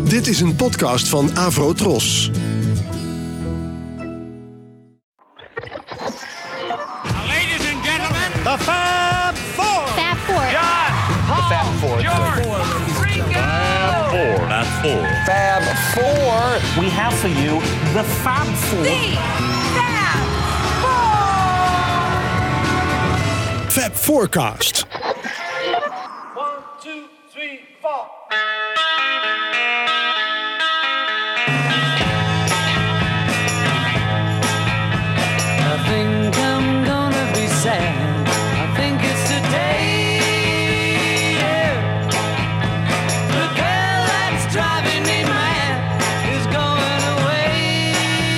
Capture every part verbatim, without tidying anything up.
Dit is een podcast van Avrotros. Ladies and gentlemen, The Fab Four. Fab Four. John, Paul, Fab Four. George, Ringo. Four. Fab Four. Fab Four. We have for you the Fab Four. The Fab Four. Fab Forecast. One, two, three, four. I think I'm gonna be sad. I think it's today. Yeah. The girl that's driving me mad is going away.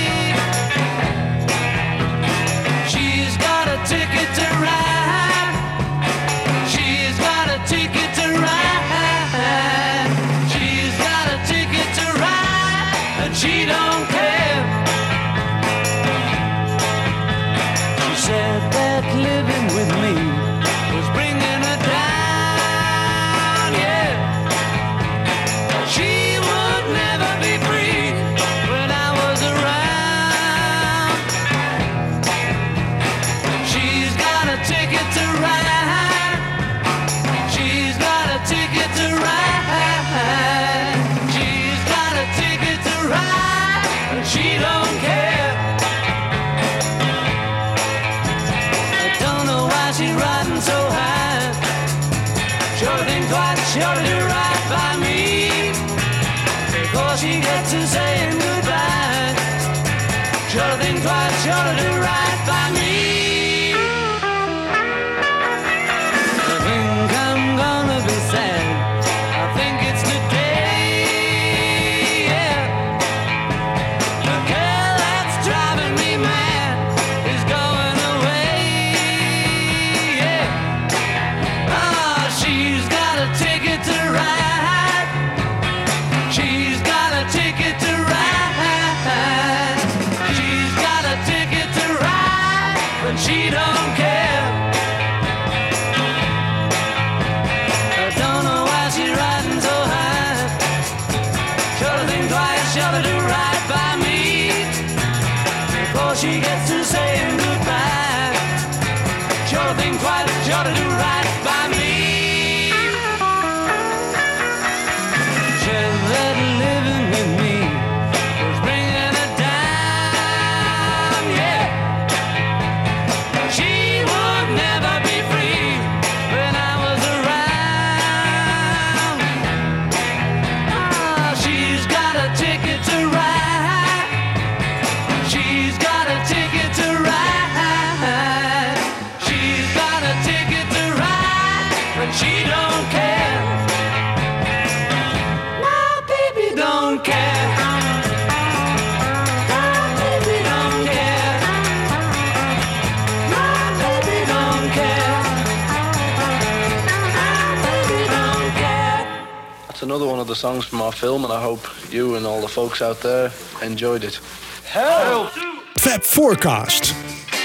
She's got a ticket to ride. She's got a ticket to ride. She's got a ticket to ride, and she don't care. Said that living with me was bringing her down, yeah. She would never be free when I was around. She's got a ticket to ride. She's got a ticket to ride. She's got a ticket to ride, and she don't care. She's riding so high. Sure think twice, sure to do right by me before she gets to saying goodbye. Sure think twice, sure to do right by me. I think I'm gonna be sad. I think it's today, yeah. The girl that's driving me mad is going away. She's got a ticket to ride. She's got a ticket to ride. She's got a ticket to ride, but she don't care. I don't know why she's riding so high. Sure to think twice, sure to do right by me before she gets to saying goodbye. Sure to think twice, sure to do right by me. That living with me was bringing her down, yeah. She would never be free when I was around. Ah, she's got a ticket to ride. She's got a ticket to ride. She's got a ticket to ride, but she don't care. Don't care. My baby don't care. My baby don't care. My baby don't care. That's another one of the songs from our film, and I hope you and all the folks out there enjoyed it. Help! Fab Forecast.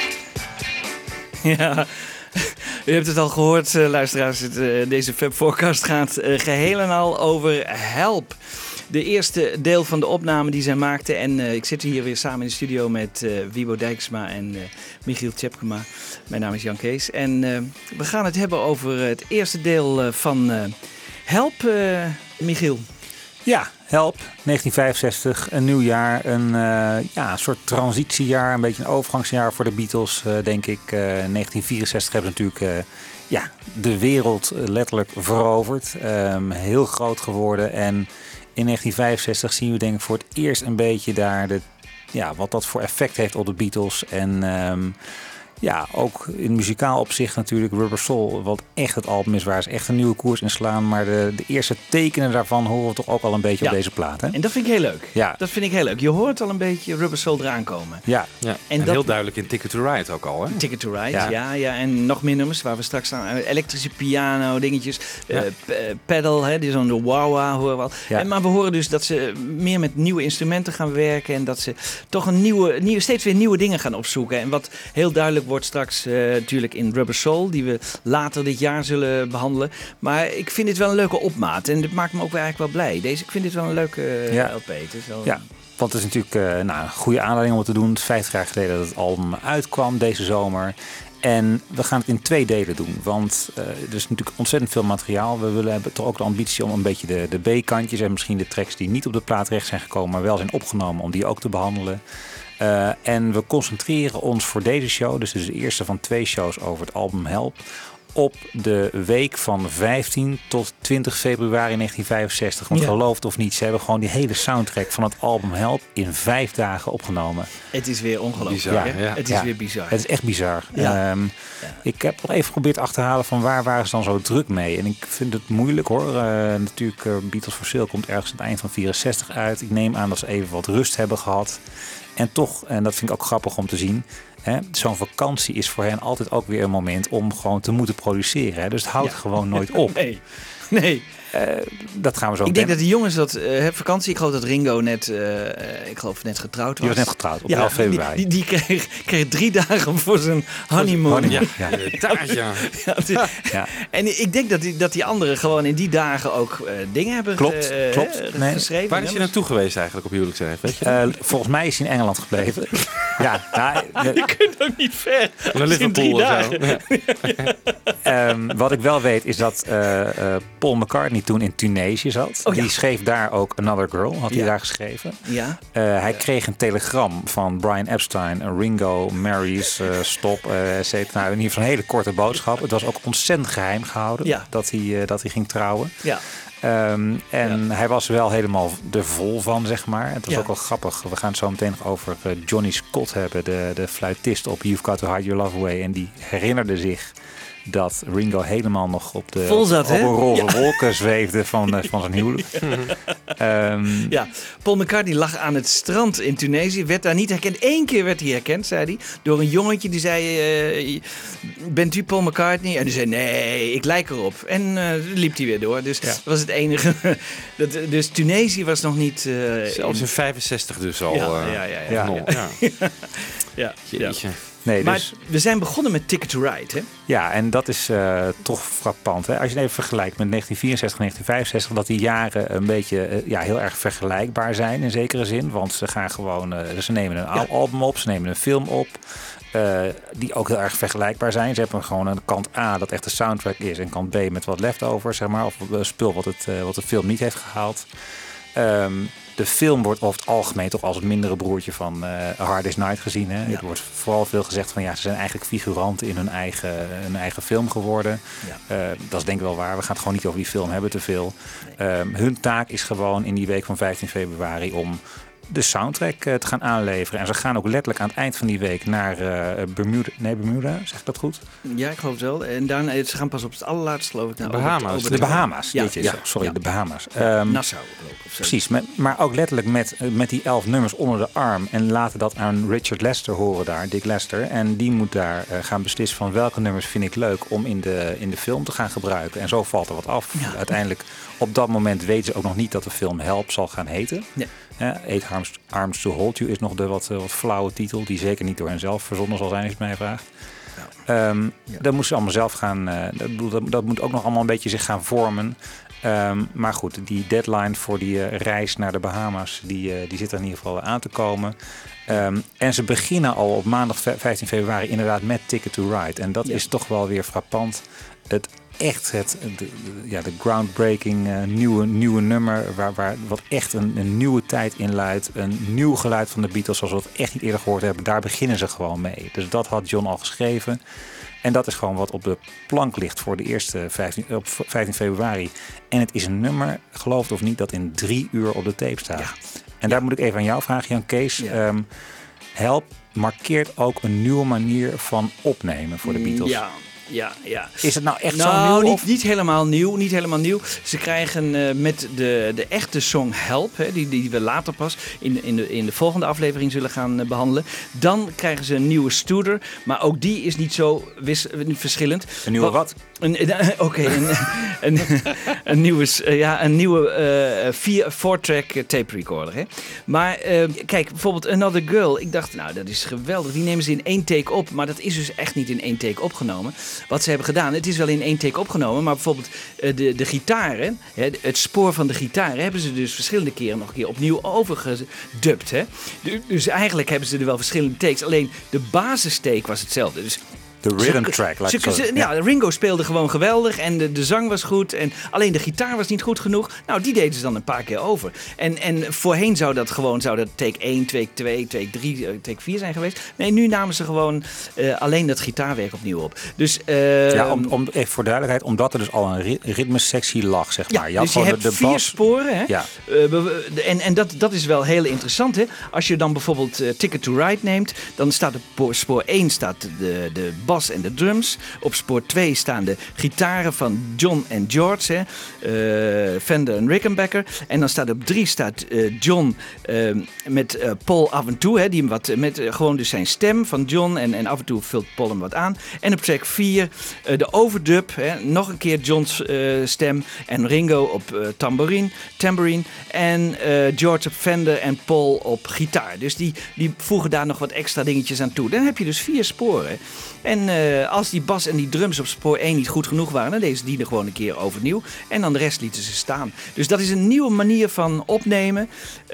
Ja, u hebt het al gehoord, uh, luisteraars. Het, uh, deze Fab Forecast gaat uh, geheel en al over Help. De eerste deel van de opname die zij maakte. En uh, ik zit hier weer samen in de studio met uh, Wiebo Dijksma en uh, Michiel Tjepkema. Mijn naam is Jan Kees. En uh, we gaan het hebben over het eerste deel uh, van uh, Help, uh, Michiel. Ja, Help, negentien vijfenzestig, een nieuw jaar, een uh, ja, soort transitiejaar, een beetje een overgangsjaar voor de Beatles, uh, denk ik. Uh, negentien vierenzestig hebben ze natuurlijk uh, ja, de wereld letterlijk veroverd, um, heel groot geworden. En in negentien vijfenzestig zien we denk ik voor het eerst een beetje daar de, ja, wat dat voor effect heeft op de Beatles. En um, ja, ook in muzikaal opzicht natuurlijk Rubber Soul, wat echt het album is waar ze echt een nieuwe koers in slaan. Maar de, de eerste tekenen daarvan horen we toch ook al een beetje ja. op deze plaat. Hè? En dat vind ik heel leuk. Ja. Dat vind ik heel leuk. Je hoort al een beetje Rubber Soul eraan komen. Ja, ja. En, en en dat... heel duidelijk in Ticket to Ride ook al. Hè? Ticket to Ride, ja. ja, ja. En nog meer nummers waar we straks aan. Elektrische piano, dingetjes. Ja. Uh, p- pedal, hè, die zo'n de wah-wah horen we al. Ja. En, maar we horen dus dat ze meer met nieuwe instrumenten gaan werken. En dat ze toch een nieuwe, nieuwe, steeds weer nieuwe dingen gaan opzoeken. En wat heel duidelijk wordt straks uh, natuurlijk in Rubber Soul, die we later dit jaar zullen behandelen. Maar ik vind dit wel een leuke opmaat en dit maakt me ook wel eigenlijk wel blij. Deze, ik vind dit wel een leuke uh, ja. L P. Het is wel... Ja. Want het is natuurlijk uh, nou, een goede aanleiding om het te doen. Het is vijftig jaar geleden dat het album uitkwam deze zomer. En we gaan het in twee delen doen. Want uh, er is natuurlijk ontzettend veel materiaal. We willen hebben toch ook de ambitie om een beetje de, de B-kantjes en misschien de tracks die niet op de plaat terecht zijn gekomen, maar wel zijn opgenomen, om die ook te behandelen. Uh, en we concentreren ons voor deze show, dus de eerste van twee shows over het album Help, op de week van vijftien tot twintig februari negentien vijfenzestig. Want ja. geloof het of niet, ze hebben gewoon die hele soundtrack van het album Help in vijf dagen opgenomen. Het is weer ongelooflijk. Bizar, ja. Ja. Het is ja. weer bizar. Het is echt bizar. Ja. Um, ja. Ik heb nog even geprobeerd achter te halen van waar waren ze dan zo druk mee. En ik vind het moeilijk hoor. Uh, natuurlijk, uh, Beatles for Sale komt ergens aan het eind van vierenzestig uit. Ik neem aan dat ze even wat rust hebben gehad. En toch, en dat vind ik ook grappig om te zien, hè, zo'n vakantie is voor hen altijd ook weer een moment om gewoon te moeten produceren. Hè. Dus het houdt ja. gewoon nooit op. Nee, nee. Uh, dat gaan we zo. Ik denk dat de jongens dat uh, hebben vakantie. Ik geloof dat Ringo net, uh, ik geloof net getrouwd was. Die was net getrouwd op ja, elf februari. Die, die, die kreeg, kreeg drie dagen voor zijn honeymoon. honeymoon. Ja, ja. ja. ja, die, ja. En ik denk dat die, dat die anderen gewoon in die dagen ook uh, dingen hebben klopt, uh, klopt. Uh, Nee. geschreven. Waar is hij naartoe geweest eigenlijk op huwelijksreis? Weet je? Uh, volgens mij is hij in Engeland gebleven. ja, nou, je kunt ook niet ver. Naar Liverpool of zo. Ja. um, wat ik wel weet is dat uh, uh, Paul McCartney toen in Tunesië zat. Oh, ja. Die schreef daar ook Another Girl, had hij ja. daar geschreven. Ja. Uh, hij ja. kreeg een telegram van Brian Epstein, Ringo, Mary's, uh, Stop, uh, et cetera. Nou, in ieder geval een hele korte boodschap. Het was ook ontzettend geheim gehouden ja. dat, hij, uh, dat hij ging trouwen. Ja. Um, en ja. hij was wel helemaal er vol van, zeg maar. Het was ja. ook wel grappig. We gaan het zo meteen nog over uh, Johnny Scott hebben, de, de fluitist op You've Got to Hide Your Love Away. En die herinnerde zich dat Ringo helemaal nog op de Vol zat, op een roze ja. wolken zweefde van, uh, van zijn huwelijk. Ja. Um, ja, Paul McCartney lag aan het strand in Tunesië, werd daar niet herkend. Eén keer werd hij herkend, zei hij, door een jongetje die zei, uh, bent u Paul McCartney? En die zei, nee, ik lijk erop. En uh, liep hij weer door. Dus ja. dat was het enige. dat, dus Tunesië was nog niet... Uh, Zelfs in vijfenzestig dus al. Ja, uh, ja, ja. ja, ja. ja. ja. ja. Jeetje. Nee, maar dus, we zijn begonnen met Ticket to Ride, hè? Ja, en dat is uh, toch frappant. Hè? Als je het even vergelijkt met negentien vierenzestig en negentien vijfenzestig... dat die jaren een beetje uh, ja, heel erg vergelijkbaar zijn in zekere zin. Want ze gaan gewoon, uh, ze nemen een ja. album op, ze nemen een film op... Uh, die ook heel erg vergelijkbaar zijn. Ze hebben gewoon een kant A dat echt de soundtrack is... en kant B met wat leftover, zeg maar. Of uh, spul wat, het, uh, wat de film niet heeft gehaald. Um, De film wordt over het algemeen toch als het mindere broertje van uh, A Hard Day's Night gezien. Hè? Ja. Er wordt vooral veel gezegd van ja, ze zijn eigenlijk figuranten in hun eigen, hun eigen film geworden. Ja. Uh, dat is denk ik wel waar. We gaan het gewoon niet over die film hebben te veel. Nee. Um, hun taak is gewoon in die week van vijftien februari om de soundtrack uh, te gaan aanleveren. En ze gaan ook letterlijk aan het eind van die week naar uh, Bermuda. Nee, Bermuda, zeg ik dat goed? Ja, ik geloof het wel. En daarna, ze gaan pas op het allerlaatste, geloof ik. De Bahama's. Over de, de Bahama's. Ja, ja, sorry, ja. de Bahama's. Ja, um, Nassau, geloof ik. Precies, met, maar ook letterlijk met, met die elf nummers onder de arm. En laten dat aan Richard Lester horen daar, Dick Lester. En die moet daar uh, gaan beslissen van welke nummers vind ik leuk om in de, in de film te gaan gebruiken. En zo valt er wat af. Ja. Uiteindelijk, op dat moment weten ze ook nog niet dat de film Help zal gaan heten. Ja. Uh, Eight Arms, Arms to Hold You is nog de wat, uh, wat flauwe titel, die zeker niet door hen zelf verzonnen zal zijn, als je het mij vraagt. Ja. Um, ja. Dat moeten ze allemaal zelf gaan, uh, dat, dat, dat moet ook nog allemaal een beetje zich gaan vormen. Um, maar goed, die deadline voor die uh, reis naar de Bahama's, die, uh, die zit er in ieder geval aan te komen. Um, en ze beginnen al op maandag vijftien februari inderdaad met Ticket to Ride. En dat ja. is toch wel weer frappant. Het echt het de, de, ja, de groundbreaking uh, nieuwe, nieuwe nummer waar, waar wat echt een, een nieuwe tijd in luidt. Een nieuw geluid van de Beatles zoals we het echt niet eerder gehoord hebben. Daar beginnen ze gewoon mee. Dus dat had John al geschreven. En dat is gewoon wat op de plank ligt voor de eerste vijftien, op vijftien februari. En het is een nummer, geloof het of niet, dat in drie uur op de tape staat. Ja. En daar ja. moet ik even aan jou vragen, Jan Kees. Ja. Um, Help markeert ook een nieuwe manier van opnemen voor de Beatles. Ja, ja, ja. Is het nou echt zo nou, nieuw? niet, of- niet helemaal nieuw, niet helemaal nieuw. Ze krijgen uh, met de, de echte song Help, hè, die, die we later pas in, in, de, in de volgende aflevering zullen gaan uh, behandelen. Dan krijgen ze een nieuwe Studer, maar ook die is niet zo wis, verschillend. Een nieuwe wat? Een, uh, Oké, okay, een, een, een nieuwe, uh, ja, een nieuwe uh, vier, four-track uh, tape recorder. Hè. Maar uh, kijk, bijvoorbeeld Another Girl. Ik dacht, nou, dat is geweldig. Die nemen ze in één take op, maar dat is dus echt niet in één take opgenomen. Wat ze hebben gedaan, het is wel in één take opgenomen, maar bijvoorbeeld uh, de, de gitaren, hè, het spoor van de gitaren, hebben ze dus verschillende keren nog een keer opnieuw overgedubt. Hè. Dus eigenlijk hebben ze er wel verschillende takes, alleen de basistake was hetzelfde. Dus de rhythm ze, track. Like ze, ze, ja, Ringo speelde gewoon geweldig en de, de zang was goed. En alleen de gitaar was niet goed genoeg. Nou, die deden ze dan een paar keer over. En, en voorheen zou dat gewoon zou dat take één, take twee, take drie, take vier zijn geweest. Nee, nu namen ze gewoon uh, alleen dat gitaarwerk opnieuw op. Dus, uh, ja, om, om, even voor duidelijkheid, omdat er dus al een ri- ritmesectie lag, zeg maar. Ja, je had dus je hebt de, de vier bas. sporen. Hè? Ja. Uh, en en dat, dat is wel heel interessant. Hè? Als je dan bijvoorbeeld uh, Ticket to Ride neemt, dan staat op spoor één staat de, de bas en de drums. Op spoor twee staan de gitaren van John en George, hè? Uh, Fender en Rickenbacker. En dan staat op drie staat uh, John uh, met uh, Paul af en toe, hè? Die wat, met uh, gewoon dus zijn stem van John en, en af en toe vult Paul hem wat aan. En op track vier uh, de overdub, hè? Nog een keer John's uh, stem en Ringo op uh, tambourine, tambourine en uh, George op Fender en Paul op gitaar. Dus die, die voegen daar nog wat extra dingetjes aan toe. Dan heb je dus vier sporen. En uh, als die bas en die drums op spoor één niet goed genoeg waren, dan deden ze die er gewoon een keer overnieuw. En dan de rest lieten ze staan. Dus dat is een nieuwe manier van opnemen.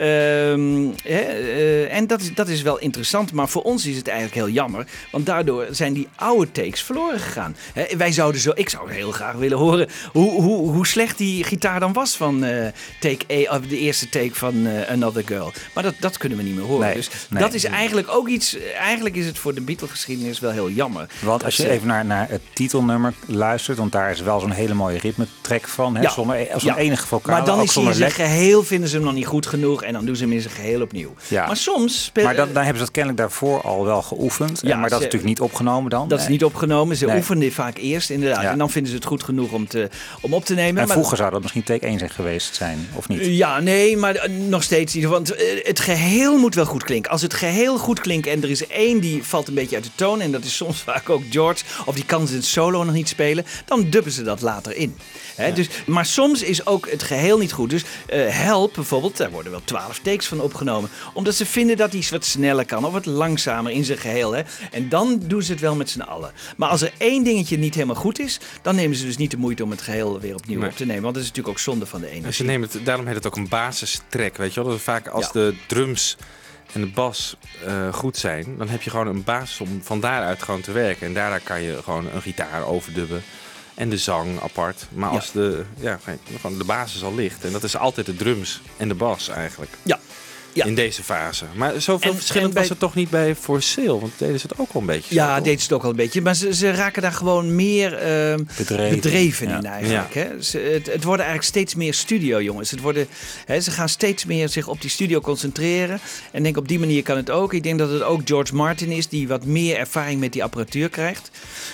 Um, hè, uh, en dat is, dat is wel interessant. Maar voor ons is het eigenlijk heel jammer. Want daardoor zijn die oude takes verloren gegaan. Hè, wij zouden zo, ik zou heel graag willen horen hoe, hoe, hoe slecht die gitaar dan was van uh, take A, of de eerste take van uh, Another Girl. Maar dat, dat kunnen we niet meer horen. Nee, dus nee. dat is eigenlijk ook iets. Eigenlijk is het voor de Beatle-geschiedenis wel heel jammer. Want als je even naar, naar het titelnummer luistert, want daar is wel zo'n hele mooie ritmetrack van. Hè? Ja. Zonder, zonder Ja. enige vocale. Maar dan ook is hij in zonder zijn lek. geheel, vinden ze hem nog niet goed genoeg. En dan doen ze hem in zijn geheel opnieuw. Ja. Maar soms... Speel, Maar dan, dan hebben ze dat kennelijk daarvoor al wel geoefend. Ja, Ja, maar dat ze- is natuurlijk niet opgenomen dan. Dat is Nee. niet opgenomen. Ze Nee. oefenden vaak eerst, inderdaad. Ja. En dan vinden ze het goed genoeg om, te, om op te nemen. En Maar- vroeger zou dat misschien take één zijn geweest zijn, of niet? Ja, nee, maar uh, nog steeds niet. Want uh, het geheel moet wel goed klinken. Als het geheel goed klinkt en er is één die valt een beetje uit de toon, en dat is soms vaak ook George, of die kan zijn solo nog niet spelen, dan dubben ze dat later in. Hè, dus, maar soms is ook het geheel niet goed. Dus uh, Help bijvoorbeeld, daar worden wel twaalf takes van opgenomen. Omdat ze vinden dat iets wat sneller kan of wat langzamer in zijn geheel. Hè. En dan doen ze het wel met z'n allen. Maar als er één dingetje niet helemaal goed is, dan nemen ze dus niet de moeite om het geheel weer opnieuw Nee. op te nemen. Want dat is natuurlijk ook zonde van de energie. Dus je neemt het, daarom heet het ook een basistrack, weet je wel. Dat vaak als Ja. de drums en de bas uh, goed zijn, dan heb je gewoon een basis om van daaruit gewoon te werken. En daarna kan je gewoon een gitaar overdubben en de zang apart. Maar als de, ja, gewoon de basis al ligt, en dat is altijd de drums en de bas eigenlijk. Ja. Ja. In deze fase. Maar zoveel En- verschillend en bij- was het toch niet bij For Sale? Want deden ze het ook wel een beetje. Ja, zo, toch? deed ze het ook al een beetje. Maar ze, ze raken daar gewoon meer uh, Bedreven. bedreven Ja. in eigenlijk. Hè? Ze, het, het worden eigenlijk steeds meer studio, jongens. Het worden, hè, ze gaan steeds meer zich op die studio concentreren. En ik denk op die manier kan het ook. Ik denk dat het ook George Martin is die wat meer ervaring met die apparatuur krijgt.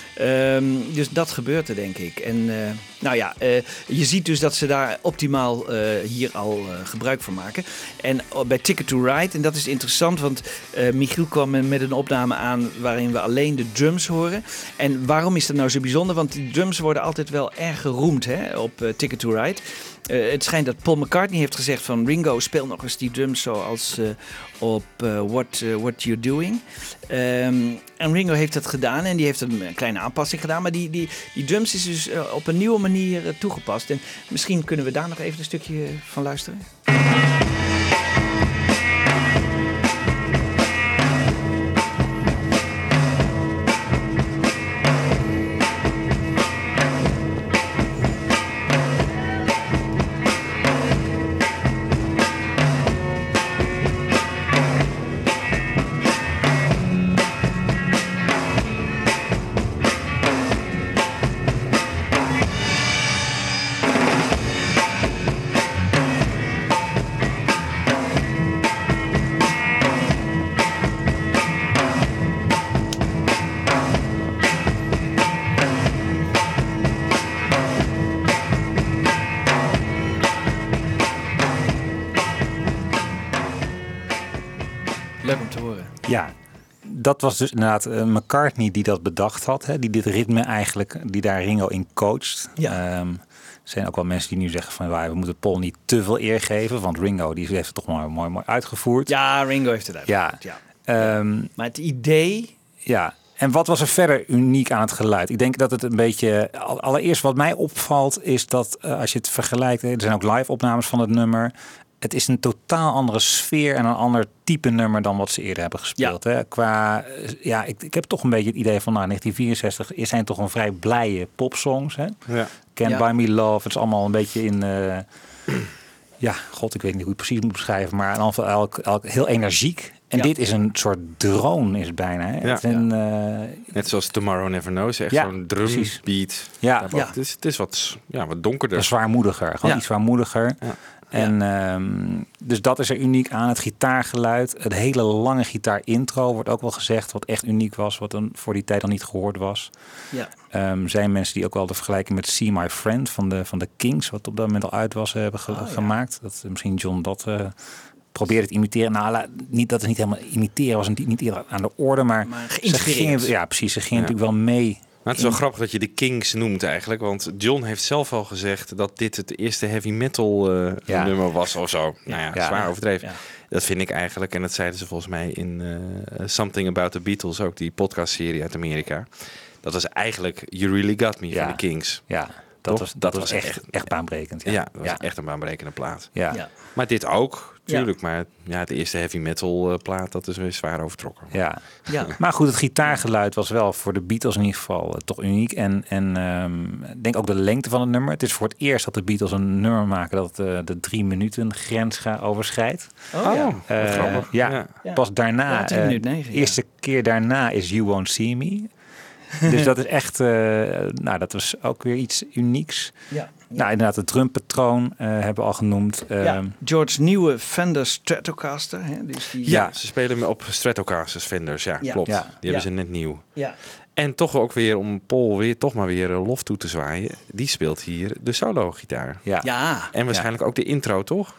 Um, dus dat gebeurt er, denk ik. En uh, nou ja, uh, je ziet dus dat ze daar optimaal uh, hier al uh, gebruik van maken. En uh, bij Ticket to Ride, en dat is interessant, want uh, Michiel kwam met een opname aan waarin we alleen de drums horen. En waarom is dat nou zo bijzonder? Want die drums worden altijd wel erg geroemd, hè, op uh, Ticket to Ride. Uh, het schijnt dat Paul McCartney heeft gezegd van Ringo, speel nog eens die drums zoals uh, op uh, What, uh, What You're Doing. Um, en Ringo heeft dat gedaan en die heeft een kleine aanpassing gedaan. Maar die, die, die drums is dus uh, op een nieuwe manier uh, toegepast. En misschien kunnen we daar nog even een stukje van luisteren. Leuk om te horen. Ja, dat was dus inderdaad uh, McCartney die dat bedacht had. Hè? Die dit ritme eigenlijk, die daar Ringo in coacht. Ja. Um, er zijn ook wel mensen die nu zeggen van we moeten Paul niet te veel eer geven. Want Ringo die heeft het toch maar mooi, mooi uitgevoerd. Ja, Ringo heeft het uitgevoerd. Ja. Ja. Um, maar het idee... Ja, en wat was er verder uniek aan het geluid? Ik denk dat het een beetje... Allereerst wat mij opvalt is dat uh, als je het vergelijkt... Er zijn ook live opnames van het nummer. Het is een totaal andere sfeer en een ander type nummer dan wat ze eerder hebben gespeeld. Ja. Hè? Qua, ja, ik, ik heb toch een beetje het idee van nou, negentien vierenzestig is zijn toch een vrij blije popsongs. Hè? Ja. Can't Ja. Buy Me Love, het is allemaal een beetje in... Uh, ja, god, ik weet niet hoe ik het precies moet beschrijven, maar in ieder geval elk, elk, heel energiek. En Ja. dit is een soort drone, is het bijna. Hè? Ja. Het is een, uh, Net zoals Tomorrow Never Knows, echt Ja, zo'n precies. drumbeat. Ja. Ja. Het, is, het is wat, ja, wat donkerder. zwaarmoediger, gewoon Ja. iets zwaarmoediger. Ja. En um, dus dat is er uniek aan. Het gitaargeluid, het hele lange gitaar-intro wordt ook wel gezegd, wat echt uniek was, wat dan voor die tijd al niet gehoord was. Ja. Um, zijn mensen die ook wel de vergelijking met See My Friend van de, van de Kings, wat op dat moment al uit was, hebben ge- Oh, ja. gemaakt. Dat uh, misschien John dat uh, probeerde te imiteren. Nou, la, niet dat het niet helemaal imiteren was, niet, niet eerder aan de orde, maar, Maar ze geïnspireerd. gingen, ja, precies. Ze gingen Ja. natuurlijk wel mee. Maar het is wel grappig dat je de Kings noemt eigenlijk. Want John heeft zelf al gezegd dat dit het eerste heavy metal uh, Ja. nummer was of zo. Nou ja, Ja. zwaar overdreven. Ja. Dat vind ik eigenlijk. En dat zeiden ze volgens mij in uh, Something About the Beatles ook. Die podcastserie uit Amerika. Dat was eigenlijk You Really Got Me Ja. van de Kings. Ja, dat Toch? was, dat Dat was was echt, echt- echt baanbrekend. Ja, Ja, dat was ja. echt een baanbrekende plaat. Ja. Ja. Maar dit ook, tuurlijk. Maar ja, het eerste heavy metal uh, plaat, dat is weer zwaar overtrokken. Ja. Ja. Maar goed, het gitaargeluid was wel voor de Beatles in ieder geval uh, toch uniek. En, en um, ik denk ook de lengte van het nummer. Het is voor het eerst dat de Beatles een nummer maken dat uh, de drie minuten grens gaat overschrijdt. Oh, ja. Uh, wat grappig. ja, Ja. Ja. pas daarna, Ja, drie uh, minuten negen, ja. eerste keer daarna is You Won't See Me. Dus dat is echt, uh, nou dat was ook weer iets unieks. Ja. Nou inderdaad, het drumpatroon uh, hebben we al genoemd. Uh, Ja. George nieuwe Fender Stratocaster. Hè? Dus die, Ja, Ja. ze spelen me op Stratocasters Fenders. Ja, Ja. klopt. Ja. Die hebben Ja. ze net nieuw. Ja. En toch ook weer om Paul weer toch maar weer uh, lof toe te zwaaien. Die speelt hier de solo-gitaar. ja. Ja. En waarschijnlijk ook de intro, toch?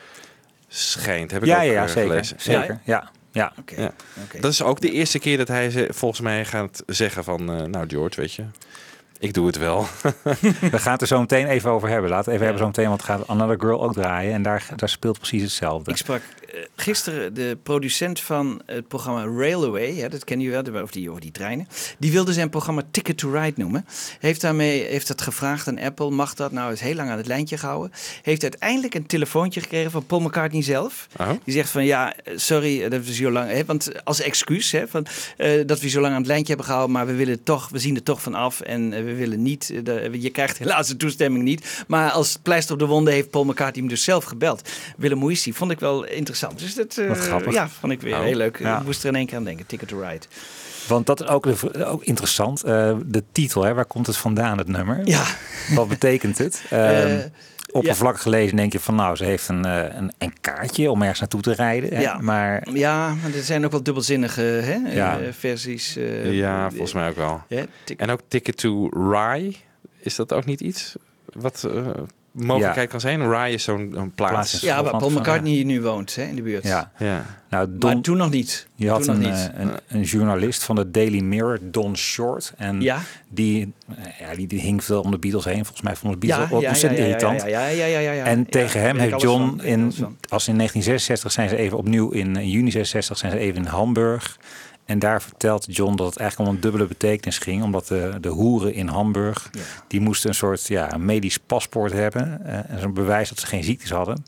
Schijnt, heb ik Ja, ook ja, ja, uh, zeker. gelezen. Zeker, ja. ja. Oké. Ja. Oké. Dat is ook de eerste keer dat hij ze, volgens mij gaat zeggen van... Uh, nou George, weet je, ik doe het wel. We gaan het er zo meteen even over hebben. Laten we even Ja. hebben zo meteen, want gaat Another Girl ook draaien. En daar, daar speelt precies hetzelfde. Ik sprak uh, gisteren de producent van het programma Railway, hè, dat ken je wel, over die, over die treinen. Die wilde zijn programma Ticket to Ride noemen. Heeft daarmee heeft het gevraagd aan Apple, mag dat? Nou, is heel lang aan het lijntje gehouden. Heeft uiteindelijk een telefoontje gekregen van Paul McCartney zelf. Oh. Die zegt van ja, sorry dat we zo lang, hè, want als excuus hè, van, uh, dat we zo lang aan het lijntje hebben gehouden, maar we willen toch, we zien er toch van af en uh, we willen niet, uh, de, je krijgt helaas de toestemming niet. Maar als pleister op de wonden heeft Paul McCartney hem dus zelf gebeld. Willem Moïsi vond ik wel interessant. Dus dat uh, Wat grappig. ja, vond ik weer Oh, heel leuk. ja. Ik moest er in één keer aan denken. Ticket to Ride. Want dat is ook, ook interessant. Uh, de titel, hè, waar komt het vandaan, het nummer? Ja. Wat betekent het? Um, Uh, oppervlakkig gelezen denk je van nou, ze heeft een, uh, een, een kaartje om ergens naartoe te rijden. Hè? Ja. Maar Ja, maar er zijn ook wel dubbelzinnige hè, Ja. uh, versies. Uh, Ja, volgens mij ook wel. Ja, ticket- En ook Ticket to Rye, is dat ook niet iets wat uh, mogelijkheid Ja. kan zijn? Rye is zo'n een plaats. Plaats is- ja, waar Paul van- McCartney nu woont hè, in de buurt. ja, Ja. nou Don, Maar toen nog niet. je had toen een, nog uh, niet. een, een journalist van de Daily Mirror, Don Short. En Ja. die, uh, ja, die, die hing veel om de Beatles heen. Volgens mij vond de Ja, Beatles ook ja, ontzettend ja, ja, irritant. Ja, ja, ja, ja, ja, ja. En Ja, tegen hem weet ik heeft alles John, van, weet ik in, alles van. als in negentien zesenzestig zijn ze even opnieuw, in, in juni zesenzestig zijn ze even in Hamburg. En daar vertelt John dat het eigenlijk om een dubbele betekenis ging. Omdat de, de hoeren in Hamburg, Ja. die moesten een soort ja, een medisch paspoort hebben. Uh, en zo'n bewijs dat ze geen ziektes hadden.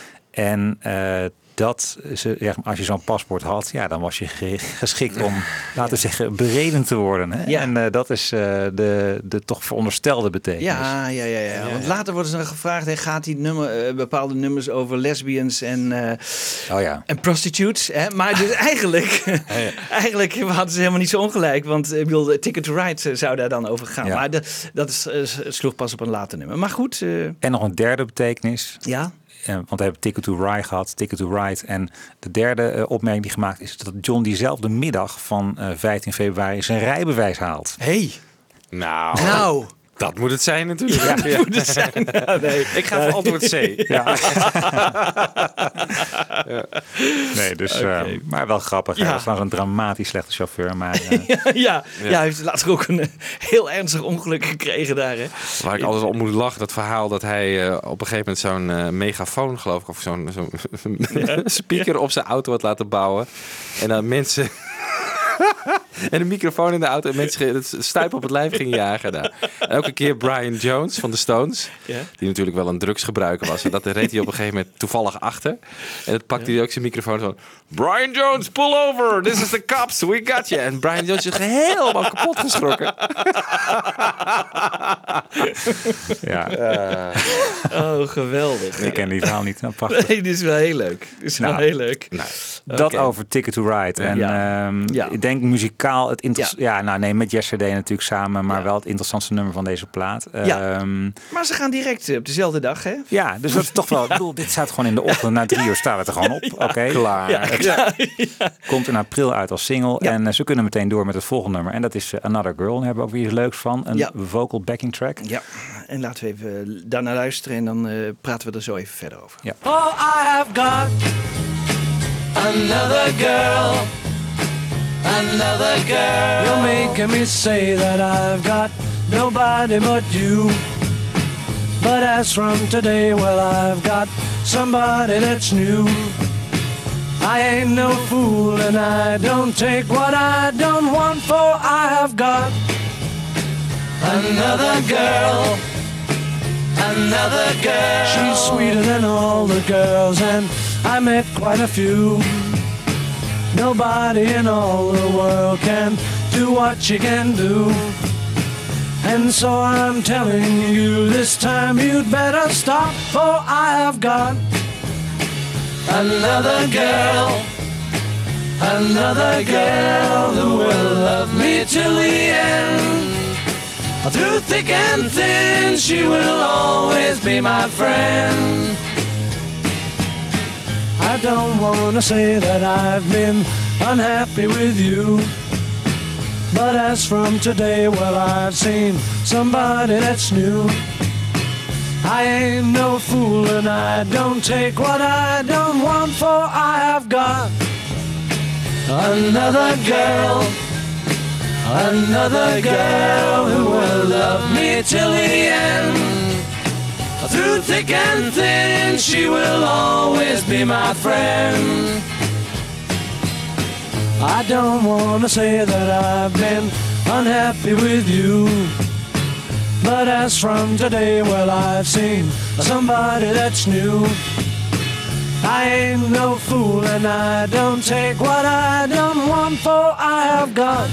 En uh, dat ze, ja, als je zo'n paspoort had, ja, dan was je ge- geschikt om, laten we zeggen, bereden te worden. Hè? Ja. En uh, dat is uh, de, de toch veronderstelde betekenis. Ja, ja, ja, ja. Want later worden ze nog gevraagd: hè, gaat die nummer, uh, bepaalde nummers over lesbians en, uh, Oh ja. en prostitutes? Hè? Maar dus eigenlijk, eigenlijk hadden ze helemaal niet zo ongelijk. Want ik bedoel, Ticket to Ride uh, zou daar dan over gaan. Ja. Maar de, dat is, uh, sloeg pas op een later nummer. Maar goed, uh, En nog een derde betekenis. ja. Uh, want we hebben Ticket to Ride gehad, Ticket to Ride. En de derde uh, opmerking die gemaakt is dat John diezelfde middag van uh, vijftien februari zijn rijbewijs haalt. Hey, Nou, nou. dat moet het zijn natuurlijk. Ja, dat moet het zijn. Ja, nee. Ik ga voor antwoord C. Ja. Ja. Nee, dus, Oké. uh, maar wel grappig. Ja. Hij was trouwens een dramatisch slechte chauffeur. Maar, uh, ja, ja. Ja. ja, hij heeft later ook een uh, heel ernstig ongeluk gekregen daar. Hè? Waar ik altijd om moet lachen, dat verhaal dat hij uh, op een gegeven moment zo'n uh, megafoon, geloof ik, of zo'n zo'n ja. speaker op zijn auto had laten bouwen. En dan mensen... en een microfoon in de auto en mensen het stuip op het lijf gingen jagen daar. En elke keer Brian Jones van de Stones, Ja. die natuurlijk wel een drugsgebruiker was. En dat reed hij op een gegeven moment toevallig achter. En dat pakte hij ook zijn microfoon zo. Brian Jones, pull over! This is the cops, we got you! En Brian Jones is helemaal kapot geschrokken. ja, Oh, geweldig. ik ken die verhaal niet. Nou, prachtig. Nee, dit is wel heel leuk. Dit is Nou, wel heel leuk. Nou, Dat Oké. over Ticket to Ride. En Ja. ehm, Ja. ik denk muzikaal het interessant. Ja. Ja. nou nee, met Yesterday natuurlijk samen, maar Ja. wel het interessantste nummer van deze plaat. Ja. Ehm, Maar ze gaan direct uh, op dezelfde dag, hè? ja, dus dat is toch wel. Ik bedoel, dit staat gewoon in de ochtend. Na drie uur staat het er gewoon op. Oké, klaar. Ja, Het ja. komt in april uit als single. Ja. En uh, ze kunnen meteen door met het volgende nummer. En dat is uh, Another Girl. Daar hebben we ook weer iets leuks van. Een Ja. vocal backing track. Ja, en laten we even daarnaar luisteren en dan uh, praten we er zo even verder over. Ja. Oh, I have got another girl, another girl. You're making me say that I've got nobody but you. But as from today, well, I've got somebody that's new. I ain't no fool and I don't take what I don't want, for I have got another girl. Another girl. She's sweeter than all the girls, and I met quite a few. Nobody in all the world can do what she can do. And so I'm telling you this time you'd better stop, for I have got another girl. Another girl who will love me till the end. Through thick and thin, she will always be my friend. I don't want to say that I've been unhappy with you, but as from today, well, I've seen somebody that's new. I ain't no fool and I don't take what I don't want, for I have got another girl. Another girl who will love me till the end. Through thick and thin, she will always be my friend. I don't want to say that I've been unhappy with you, but as from today, well, I've seen somebody that's new. I ain't no fool and I don't take what I don't want, for I have got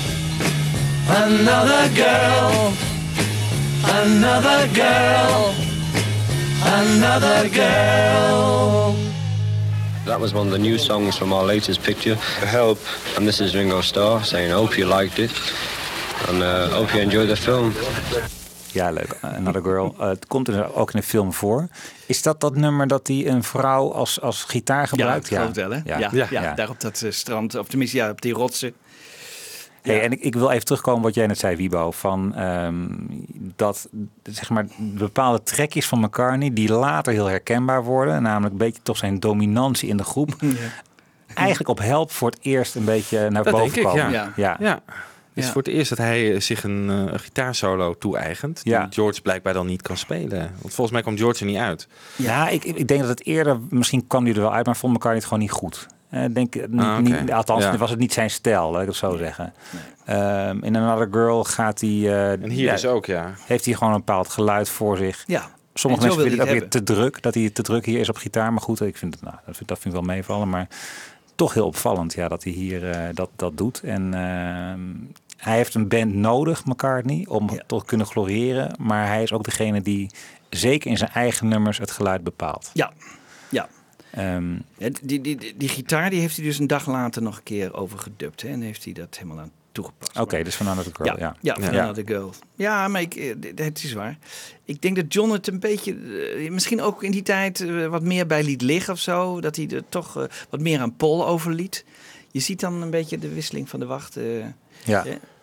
another girl, another girl, another girl. That was one of the new songs from our latest picture, Help. And this is Ringo Starr saying, I hope you liked it. And I uh, hope you enjoyed the film. Ja, leuk. Another Girl. Uh, het komt er ook in de film voor. Is dat dat nummer dat hij een vrouw als, als gitaar gebruikt? Ja, dat wel, hè? Ja, ja, ja. ja, ja. daar op dat uh, strand, of tenminste ja, op die rotsen. Hey, Ja. en ik, ik wil even terugkomen wat jij net zei, Wiebo. Van um, dat zeg maar bepaalde trekjes van McCartney die later heel herkenbaar worden. Namelijk een beetje toch zijn dominantie in de groep. Ja. Eigenlijk op Help voor het eerst een beetje naar Dat boven denk ik, komen. ja. ja. Ja. Het is Ja. voor het eerst dat hij uh, zich een, uh, een gitaarsolo toe-eigent. Die Ja. George blijkbaar dan niet kan spelen. Want volgens mij kwam George er niet uit. Ja, ik, ik denk dat het eerder, misschien kwam hij er wel uit, maar vond McCartney het gewoon niet goed. Uh, denk, niet, Ah, okay. niet, althans, ja. was het niet zijn stijl, laat ik het zo zeggen. Nee. Um, in Another Girl gaat hij... Uh, En hier ja, dus ook, ja. heeft hij gewoon een bepaald geluid voor zich. Ja. Sommige En zo mensen wil vinden hij het ook weer te druk, dat hij te druk hier is op gitaar. Maar goed, ik vind het, nou, dat, vind, dat vind ik wel meevallen. Maar toch heel opvallend ja, dat hij hier uh, dat, dat doet. En uh, hij heeft een band nodig, McCartney, om ja. tot te kunnen gloriëren. Maar hij is ook degene die zeker in zijn eigen nummers het geluid bepaalt. Ja, ja. Um, ja die, die, die, die gitaar die heeft hij dus een dag later nog een keer overgedubt. Hè, en heeft hij dat helemaal aan toegepast. Oké, okay, dus van Another Girl, ja. Ja, ja, van ja. Another Girl. Ja, maar ik, het is waar. Ik denk dat John het een beetje, uh, misschien ook in die tijd, uh, wat meer bij liet liggen of zo. Dat hij er toch uh, wat meer aan Paul overliet. Je ziet dan een beetje de wisseling van de wacht. Uh, ja. Uh,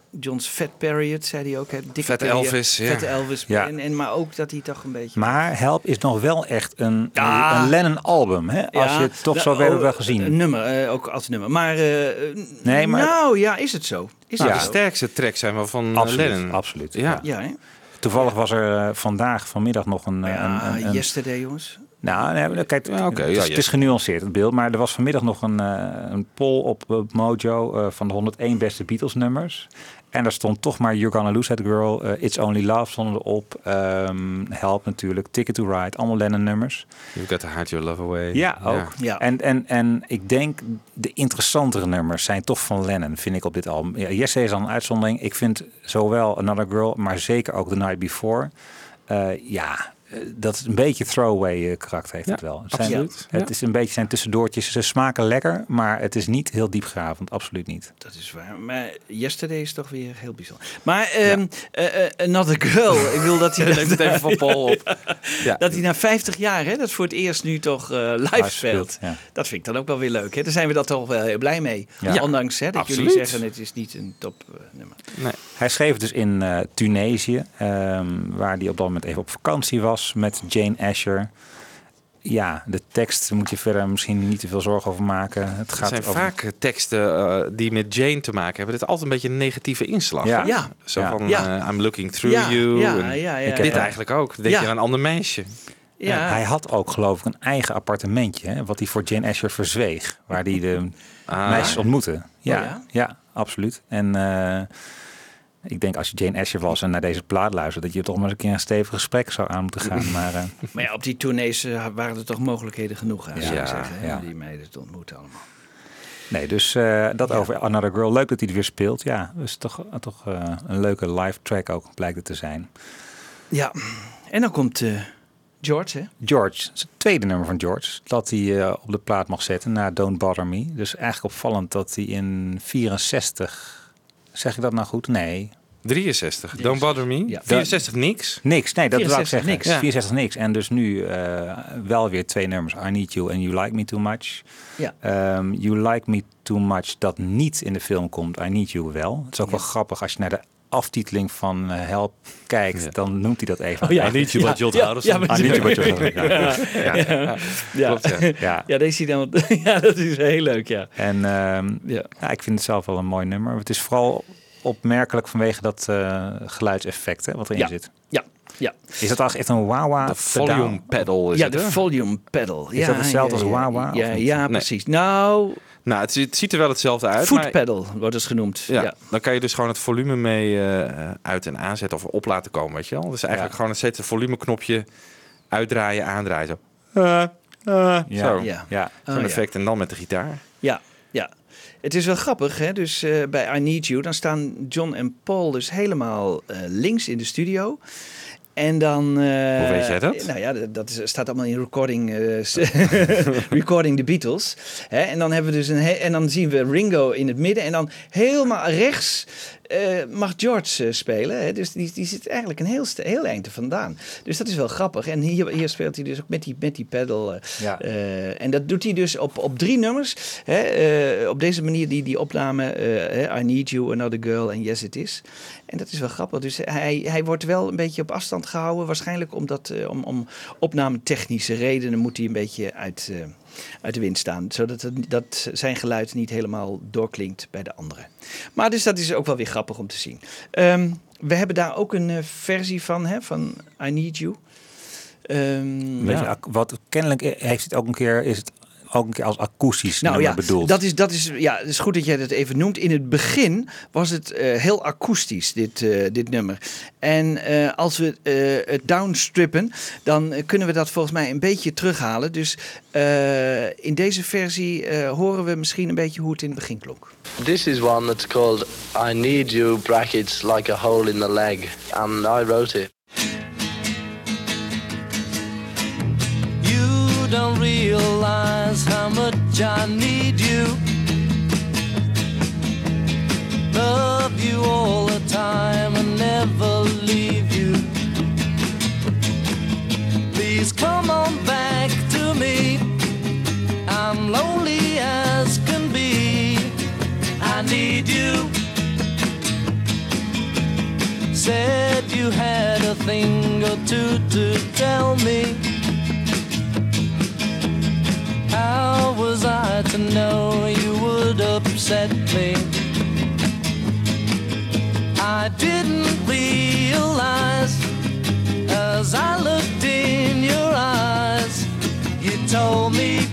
John's Fat Period, zei hij ook. Hè? Dikke Fat periode. Elvis, ja. Fat Elvis. Ja. En, en, maar ook dat hij toch een beetje... Maar Help is nog wel echt een, Ja. een Lennon-album. Hè? Als Ja, je het toch de- zo hebben oh, wel gezien. Een nummer, uh, ook als nummer. Maar, uh, Nee, maar- nou ja, is het zo? Is Nou, het de zo? sterkste tracks zijn wel van Absoluut, Lennon. absoluut. Ja. Ja, hè? Toevallig was er uh, vandaag, vanmiddag nog een... uh, Ja, een, een, een Yesterday, jongens. Nou, nee, kijk, Ja, oké, het, is, ja, het is genuanceerd het beeld, maar er was vanmiddag nog een, uh, een poll op uh, Mojo uh, van de honderdéén beste Beatles nummers. En daar stond toch maar You're Gonna Lose That Girl, uh, It's Only Love stonden erop, um, Help natuurlijk, Ticket to Ride, allemaal Lennon nummers. You've Got to Hide Your Love Away. Ja, ook. Ja. En, en, en ik denk de interessantere nummers zijn toch van Lennon, vind ik op dit album. Ja, Yesterday is al een uitzondering. Ik vind zowel Another Girl, maar zeker ook The Night Before. Uh, ja, dat is een beetje throwaway karakter heeft Ja, het wel. Het, zijn, absoluut. het Ja. is een beetje zijn tussendoortjes. Ze smaken lekker, maar het is niet heel diepgravend. Absoluut niet. Dat is waar. Maar Yesterday is toch weer heel bijzonder. Maar um, ja. uh, uh, Another Girl, ik wil dat hij... Neem het even van Paul op. Ja. Dat hij na vijftig jaar, hè, dat voor het eerst nu toch uh, live, live speelt. speelt ja. Dat vind ik dan ook wel weer leuk. Hè. Daar zijn we dat toch wel heel blij mee. Ja. Ja. Ondanks hè, dat Absoluut. Jullie zeggen het is niet een top uh, nummer. Nee. Hij schreef dus in uh, Tunesië, um, waar hij op dat moment even op vakantie was met Jane Asher. Ja, de tekst moet je verder misschien niet te veel zorgen over maken. Het gaat zijn over... vaak teksten uh, die met Jane te maken hebben. Het is altijd een beetje een negatieve inslag. Ja. ja. Zo ja. van, ja. uh, I'm looking through ja. you. Ja, en ja, ja, dit ja. eigenlijk ook. Dan denk ja. je aan een ander meisje. Ja. Ja, hij had ook geloof ik een eigen appartementje, hè, wat hij voor Jane Asher verzweeg. Waar hij de ah. meisjes ontmoette. Ja, oh ja? ja, absoluut. En uh, ik denk als je Jane Asher was en naar deze plaat luistert, dat je toch maar eens een keer een stevig gesprek zou aan moeten gaan. Maar, uh, maar ja, op die tournees uh, waren er toch mogelijkheden genoeg aan, ja, zou ik zeggen. Ja. Die meiden te ontmoeten allemaal. Nee, dus uh, dat ja. over Another Girl. Leuk dat hij er weer speelt. Ja, dus toch, toch uh, een leuke live track ook, blijkt het te zijn. Ja, en dan komt uh, George, hè? George, het is het tweede nummer van George dat hij uh, op de plaat mag zetten na Don't Bother Me. Dus eigenlijk opvallend dat hij in vierenzestig, zeg ik dat nou goed? Nee. drieënzestig, Don't Bother Me. Ja. vierenzestig niks. Niks, nee, dat wil ik zeggen. Niks. Ja. vierenzestig niks. En dus nu uh, wel weer twee nummers. I Need You and You Like Me Too Much. Ja. Um, you Like Me Too Much, dat niet in de film komt. I Need You wel. Het is ook ja. wel grappig als je naar de aftiteling van uh, Help kijkt, ja. dan noemt hij dat even. Oh, ja. I Need You, but You'll Houden. I Need You, but You'll Houden. Ja, ja. ja. ja. ja, deze zie dan. Ja, dat is heel leuk, ja. En um, ja. Ja, ik vind het zelf wel een mooi nummer. Het is vooral opmerkelijk vanwege dat uh, geluidseffect hè, wat erin ja. zit. Ja. Ja. Is dat echt een wah-wah? De volume pedal is ja, het, de hè? volume pedal. Is ja, dat hetzelfde ja, als wah-wah? Ja, ja, ja nee. precies. Nou, nou het, het ziet er wel hetzelfde uit. Foot maar, pedal wordt het genoemd. Ja, ja. Dan kan je dus gewoon het volume mee uh, uit- en aanzetten of op laten komen, weet je wel. Dus eigenlijk ja. gewoon steeds het volumeknopje uitdraaien, aandraaien. Zo. Uh, uh, ja. zo. Ja. Ja. Zo'n oh, effect ja. en dan met de gitaar. Ja, ja. Het is wel grappig, hè? Dus uh, bij I Need You, dan staan John en Paul dus helemaal uh, links in de studio. En dan... Uh, Hoe weet jij dat? Nou ja, dat, dat is, staat allemaal in recording, uh, recording the Beatles. Hè? En dan hebben we dus een he- en dan zien we Ringo in het midden en dan helemaal rechts uh, mag George uh, spelen. Hè? Dus die, die zit eigenlijk een heel, heel eind er vandaan. Dus dat is wel grappig. En hier, hier speelt hij dus ook met die, met die pedal. Uh, ja. uh, en dat doet hij dus op, op drie nummers. Hè? Uh, op deze manier die, die opname uh, I Need You, Another Girl en Yes It Is. En dat is wel grappig. Dus hij, hij wordt wel een beetje op afstand gehouden. Waarschijnlijk omdat uh, om, om opnametechnische redenen moet hij een beetje uit, uh, uit de wind staan. Zodat het, dat zijn geluid niet helemaal doorklinkt bij de anderen. Maar dus dat is ook wel weer grappig om te zien. Um, we hebben daar ook een uh, versie van, hè, van I Need You. Um, Weet ja. je, wat kennelijk heeft het ook een keer... Is het ook een keer als akoestisch nou, nummer ja, bedoeld. Dat is, dat is, ja, het is goed dat jij dat even noemt. In het begin was het uh, heel akoestisch, dit, uh, dit nummer. En uh, als we uh, het downstrippen, dan uh, kunnen we dat volgens mij een beetje terughalen. Dus uh, in deze versie uh, horen we misschien een beetje hoe het in het begin klonk. This is one that's called I Need You, brackets, like a hole in the leg. And I wrote it. Don't realize how much I need you. Love you all the time and never leave you. Please come on back to me. I'm lonely as can be. I need you. to to tell me. How was I to know you would upset me? I didn't realize as I looked in your eyes. You told me,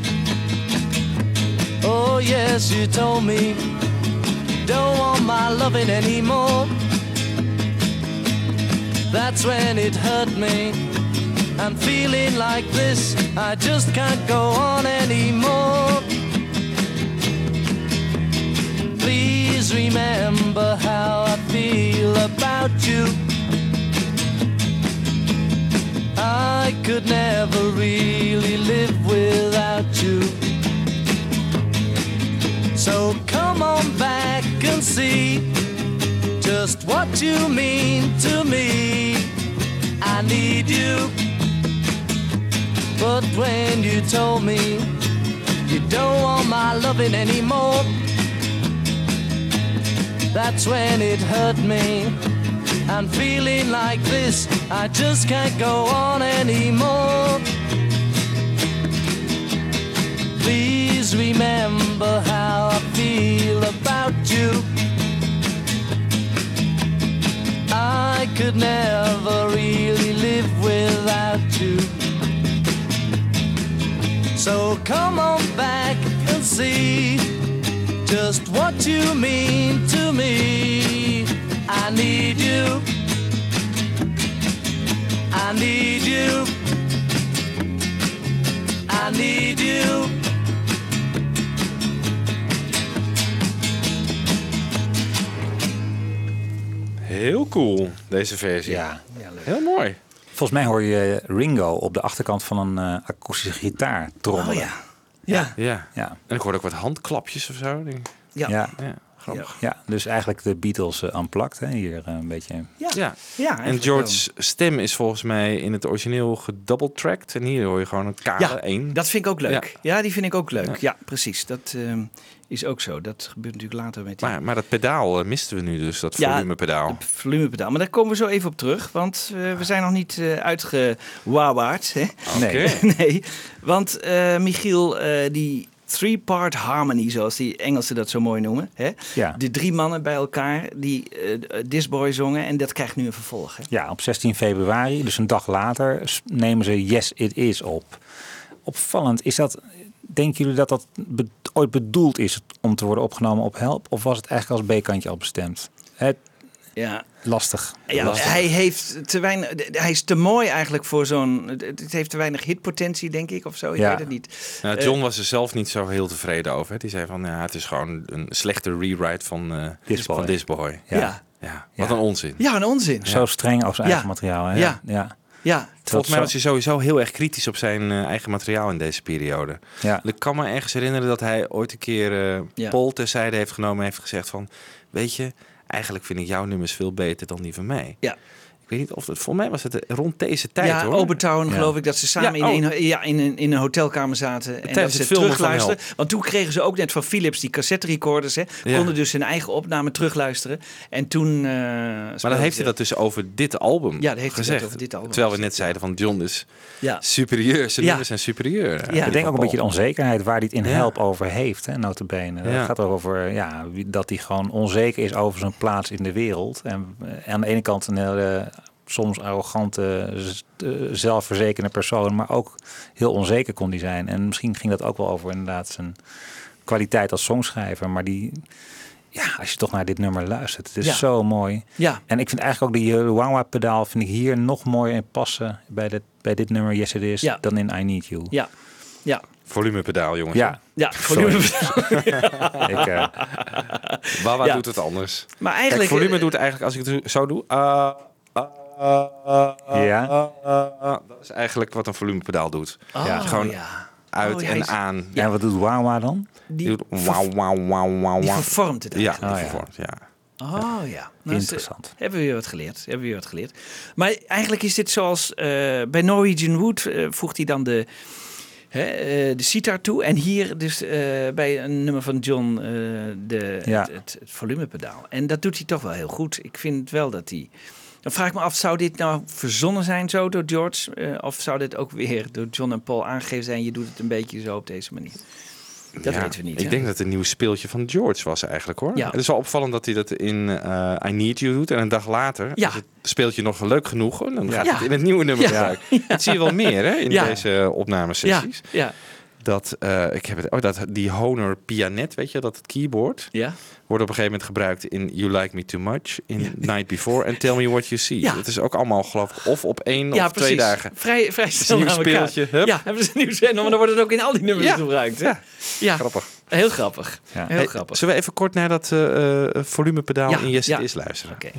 oh yes, you told me, don't want my loving anymore. That's when it hurt me. I'm feeling like this, I just can't go on anymore. Please remember how I feel about you. I could never really live without you. So come on back and see just what you mean to me. I need you. But when you told me you don't want my loving anymore, that's when it hurt me. I'm feeling like this, I just can't go on anymore. Please remember how I feel about you. I could never really live without you. So come on back and see just what you mean to me. I need you. I need you. I need you. Heel cool, deze versie. Ja. Heel mooi. Volgens mij hoor je Ringo op de achterkant van een uh, akoestische gitaar trommelen. Oh ja. Ja. Ja. Ja. En ik hoorde ook wat handklapjes of zo. Denk ik. Ja. Ja. Ja, grappig. Ja, dus eigenlijk de Beatles uh, unplugged, hè, hier uh, een beetje. Ja. Ja. Ja, En eigenlijk George's stem is volgens mij in het origineel gedouble-tracked. En hier hoor je gewoon een kale Ja, één. dat vind ik ook leuk. Ja, Ja. die vind ik ook leuk. Ja, Ja. precies. Dat um, is ook zo. Dat gebeurt natuurlijk later met die... Maar, maar dat pedaal uh, misten we nu dus, dat Ja, volumepedaal. Het volumepedaal. Maar daar komen we zo even op terug. Want uh, we zijn nog niet uh, uitgewawaard. Hè? Nee. Oké. Nee. Want uh, Michiel, uh, die three-part harmony, zoals die Engelsen dat zo mooi noemen. Hè? Ja. De drie mannen bij elkaar die uh, This Boy zongen. En dat krijgt nu een vervolg. Hè? Ja, op zestien februari, dus een dag later, s- nemen ze Yes It Is op. Opvallend, is dat, denken jullie dat dat be- ooit bedoeld is om te worden opgenomen op Help? Of was het eigenlijk als B-kantje al bestemd? Het, Ja. lastig. Ja, lastig. hij heeft te weinig. Hij is te mooi eigenlijk voor zo'n. Het heeft te weinig hitpotentie, denk ik, of zo. Ik Ja. weet het niet. Ja, John was er zelf niet zo heel tevreden over. Hè. Die zei van, ja, het is gewoon een slechte rewrite van, uh, This Boy. van This Boy. Ja. Ja. Ja, Ja, wat Ja. een onzin. ja een onzin. Zo streng over zijn Ja. eigen materiaal. Hè? Ja. Ja. Ja. Volgens mij zo- was hij sowieso heel erg kritisch op zijn uh, eigen materiaal in deze periode. Ja. Ik kan me ergens herinneren dat hij ooit een keer uh, Ja. Paul terzijde heeft genomen en heeft gezegd van, weet je, eigenlijk vind ik jouw nummers veel beter dan die van mij. Ja. Ik weet niet of het, volgens mij was het rond deze tijd, Ja, hoor. Obertown, Ja. geloof ik, dat ze samen Ja, oh. in, een, ja, in, een, in een hotelkamer zaten. En dat Tijdens ze het filmen van terugluisteren. Want toen kregen ze ook net van Philips die cassette recorders. Hè, Ja. konden dus hun eigen opname terugluisteren. En toen. Uh, Maar dan heeft hij dat dus over dit album Ja, dat heeft hij gezegd. dat over dit album Terwijl we gezegd, net zeiden van John is Ja. superieur. Zijn Ja. nummers zijn superieur. Ja. Ik denk ook een beetje de onzekerheid waar hij het in Ja. Help over heeft, hè, nota bene. Het Ja. gaat over ja, wie- dat hij gewoon onzeker is over zijn plaats in de wereld. En eh, aan de ene kant een hele soms arrogante, z- eh, zelfverzekerde persoon, maar ook heel onzeker kon hij zijn. En misschien ging dat ook wel over inderdaad zijn kwaliteit als songschrijver. Maar die, ja, als je toch naar dit nummer luistert, het is Ja. zo mooi. Ja. En ik vind eigenlijk ook die uh, wah-wah-pedaal vind ik hier nog mooier in passen bij, dit bij dit nummer Yes It Is Ja. dan in I Need You. Ja. Ja. Volumepedaal, jongens. Ja, Ja, Sorry. volume. ik, uh, Wawa Ja. doet het anders. Maar Kijk, eigenlijk. volume eh, doet eigenlijk, als ik het zo doe... Uh, uh, uh, uh, Ja. uh, uh, uh, dat is eigenlijk wat een volumepedaal doet. Oh, Ja. Gewoon ja. Uit Oh, ja, hij en is- aan. ja, wat doet wah-wah dan? Die Die, doet wauw, wauw, wauw, wauw, die wauw. vervormt het Ja, eigenlijk. die Oh, ja. vervormt, ja. Oh ja. Nou, Interessant. ze- hebben we weer wat geleerd. Hebben we weer wat geleerd. Maar eigenlijk is dit zoals eh, bij Norwegian Wood eh, voegt hij dan de, hè, eh, de sitar toe. En hier dus eh, bij een nummer van John eh, de, Ja. het, het, het volumepedaal. En dat doet hij toch wel heel goed. Ik vind wel dat hij Dan vraag ik me af, zou dit nou verzonnen zijn zo door George? Uh, of zou dit ook weer door John en Paul aangegeven zijn? Je doet het een beetje zo op deze manier. Dat ja, weten we niet. Ik hè? denk dat het een nieuw speeltje van George was eigenlijk hoor. Ja. Het is wel opvallend dat hij dat in uh, I Need You doet. En een dag later, ja. als het speeltje nog leuk genoeg, dan gaat ja. het in het nieuwe nummer ja. gebruiken. Ja. Dat zie je wel meer hè, in ja. deze opnamesessies. Ja. Ja. Dat, uh, ik heb het, oh, dat die Honor Pianet, weet je, dat het keyboard, ja. wordt op een gegeven moment gebruikt in You Like Me Too Much, in ja. Night Before en Tell Me What You See. Ja. Het is ook allemaal geloof ik of op één ja, of precies. twee dagen. Vrij, vrij snel een nieuw speeltje. Hup. Ja, hebben ze een nieuw speeltje, maar dan wordt het ook in al die nummers ja. gebruikt. Hè? Ja. ja, grappig. Heel grappig. Ja. Heel hey, grappig. Zullen we even kort naar dat uh, volumepedaal ja. in Yes ja. It Is luisteren? Oké. Okay.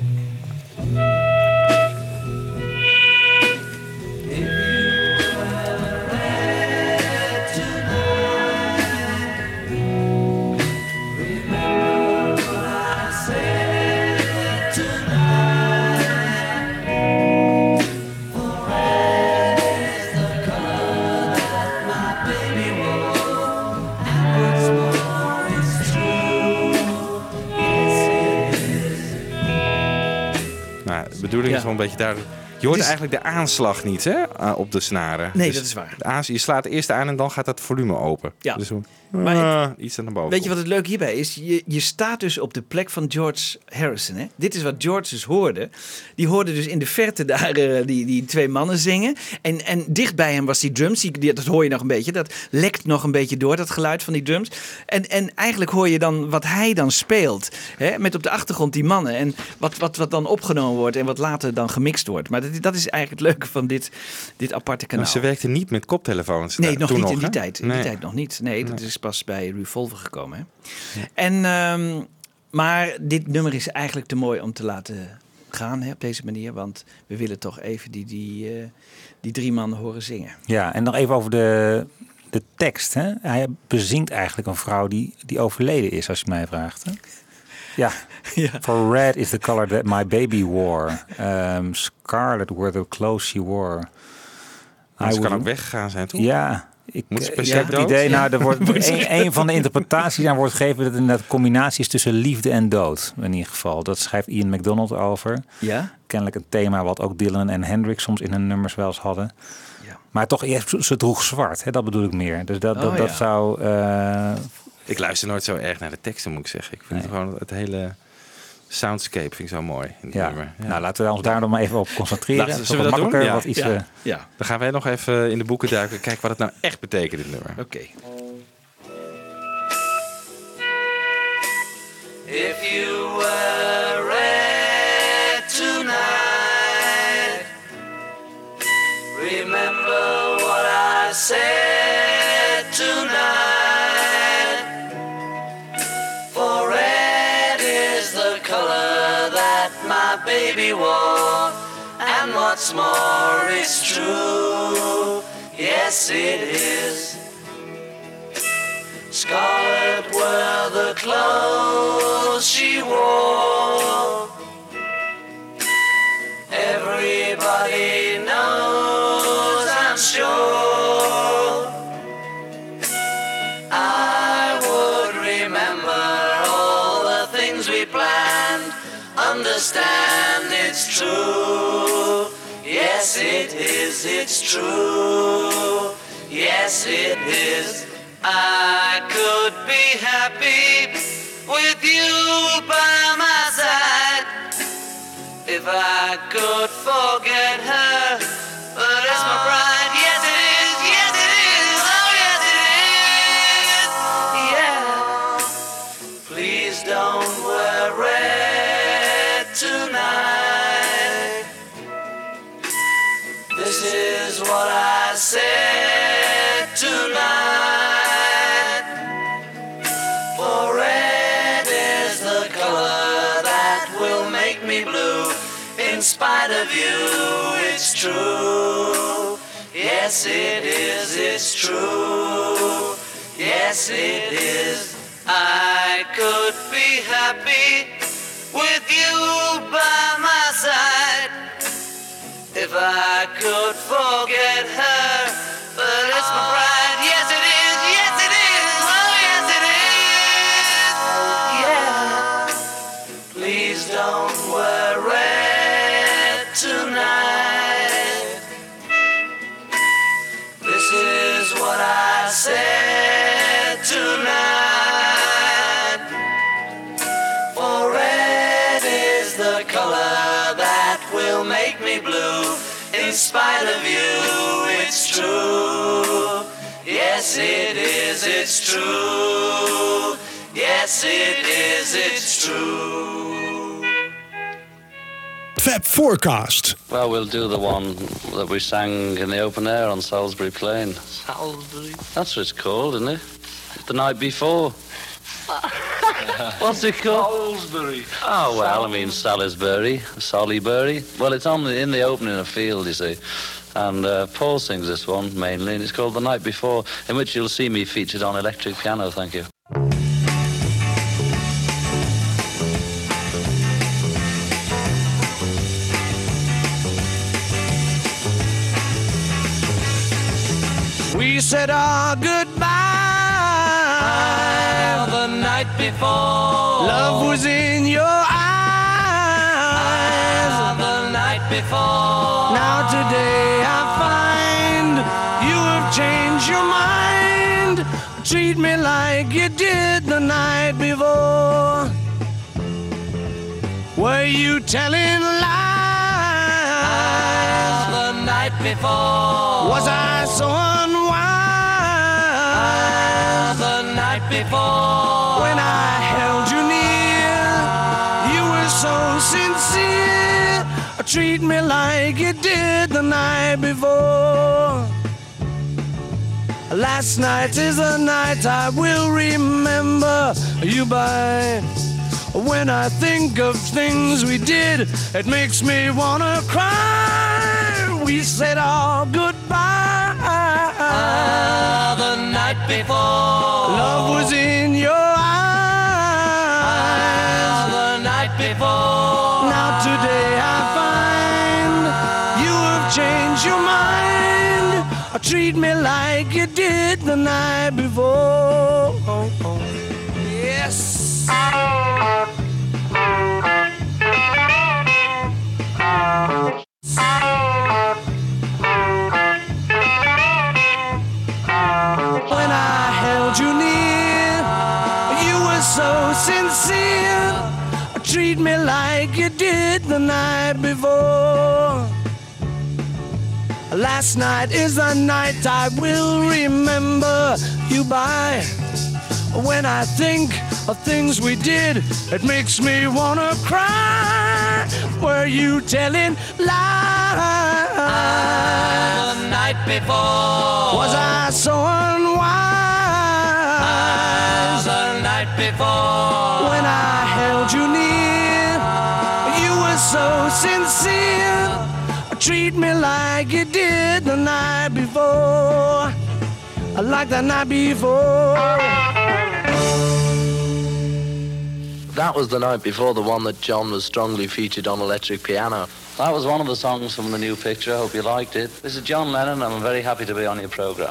De bedoeling ja. is wel een beetje duidelijk. Je hoort is... eigenlijk de aanslag niet hè, op de snaren. Nee, dus dat is waar. Aans, je slaat eerst aan en dan gaat dat volume open. Ja. Dus hoe, maar uh, het, iets aan de boven. Weet je wat het leuke hierbij is? Je, je staat dus op de plek van George Harrison. Hè? Dit is wat George dus hoorde. Die hoorde dus in de verte daar uh, die, die twee mannen zingen. En, en dicht bij hem was die drums. Die, die, dat hoor je nog een beetje. Dat lekt nog een beetje door, dat geluid van die drums. En, en eigenlijk hoor je dan wat hij dan speelt. Hè? Met op de achtergrond die mannen. En wat, wat, wat dan opgenomen wordt en wat later dan gemixt wordt. Maar dat, dat is eigenlijk het leuke van dit, dit aparte kanaal. Maar ze werkte niet met koptelefoons. Nee, nog toen niet nog, in die hè? tijd. In nee. die tijd nog niet. Nee, dat nee. is pas bij Revolver gekomen. Hè? Ja. En, um, maar dit nummer is eigenlijk te mooi om te laten gaan hè, op deze manier. Want we willen toch even die, die, uh, die drie mannen horen zingen. Ja, en nog even over de, de tekst. Hè? Hij bezingt eigenlijk een vrouw die, die overleden is, als je mij vraagt. Hè? Ja. ja. For red is the color that my baby wore. Um, scarlet were the clothes she wore. Maar ze kan ook weggegaan zijn, toch? Ja. Ik, Moet ik heb het idee, nou, er wordt een, een van de interpretaties aan wordt gegeven dat het een combinatie is tussen liefde en dood. In ieder geval. Dat schrijft Ian MacDonald over. Ja? Kennelijk een thema wat ook Dylan en Hendrix soms in hun nummers wel eens hadden. Ja. Maar toch, ze droeg zwart. Hè, dat bedoel ik meer. Dus dat, oh, dat, dat ja. zou... Uh, ik luister nooit zo erg naar de teksten, moet ik zeggen. Ik vind nee. het gewoon het hele soundscape vind ik zo mooi. In ja. ja. Nou, laten we ons daar dan maar even op concentreren. Laten, zullen we dat doen? Ja. Wat iets, ja. Uh... ja. Dan gaan wij nog even in de boeken duiken. Kijken wat het nou echt betekent, dit nummer. Oké. Okay. If you were red tonight, remember what I said tonight. For red is the color that my baby wore, and what's more is true. Yes, it is. Scarlet were the clothes she wore. Everybody knows, I'm sure. I would remember all the things we planned. Understand it's true. Yes, it is, it's true. Yes, it is. I could be happy with you by my side if I could forget her, but it's my pride. Yes it is, yes it is, oh yes it is, yeah. Please don't wear red tonight. This is what I said tonight. In spite of you, it's true. Yes, it is, it's true. Yes, it is. I could be happy with you by my side if I could forget her, but it's my pride. Yes, it is, yes, it is, oh, yes, it is. Yeah. Please don't wear red stay blue. In spite of you, it's true. Yes, it is, it's true. Yes, it is, it's true. Fab Forecast. Well, we'll do the one that we sang in the open air on Salisbury Plain. Salisbury? That's what it's called, isn't it? The night before. What's it called? Salisbury. Oh, well, I mean Salisbury, Salisbury. Well, it's on the, in the opening of Field, you see. And uh, Paul sings this one mainly, and it's called The Night Before, in which you'll see me featured on electric piano, thank you. We said our goodbye the night before. Love was in your eyes the night before. Now today I find you have changed your mind. Treat me like you did the night before. Were you telling lies the night before? Was I so unwise the night before? When I held you near, you were so sincere. Treat me like you did the night before. Last night is a night I will remember you by. When I think of things we did, it makes me wanna cry. We said our goodbye the night before. Love was in your eyes the night before. Now today I find you have changed your mind. Treat me like you did the night before. Oh, oh. Yes. When I held you near, you were so sincere. Treat me like you did the night before. Last night is a night I will remember you by. When I think of things we did, it makes me wanna cry. Were you telling lies the night before? Was I so unwise the night before? When I held you near, you were so sincere. Treat me like you did the night before. Like the night before. That was The Night Before, the one that John was strongly featured on electric piano. That was one of the songs from the new picture. I hope you liked it. This is John Lennon and I'm very happy to be on your program.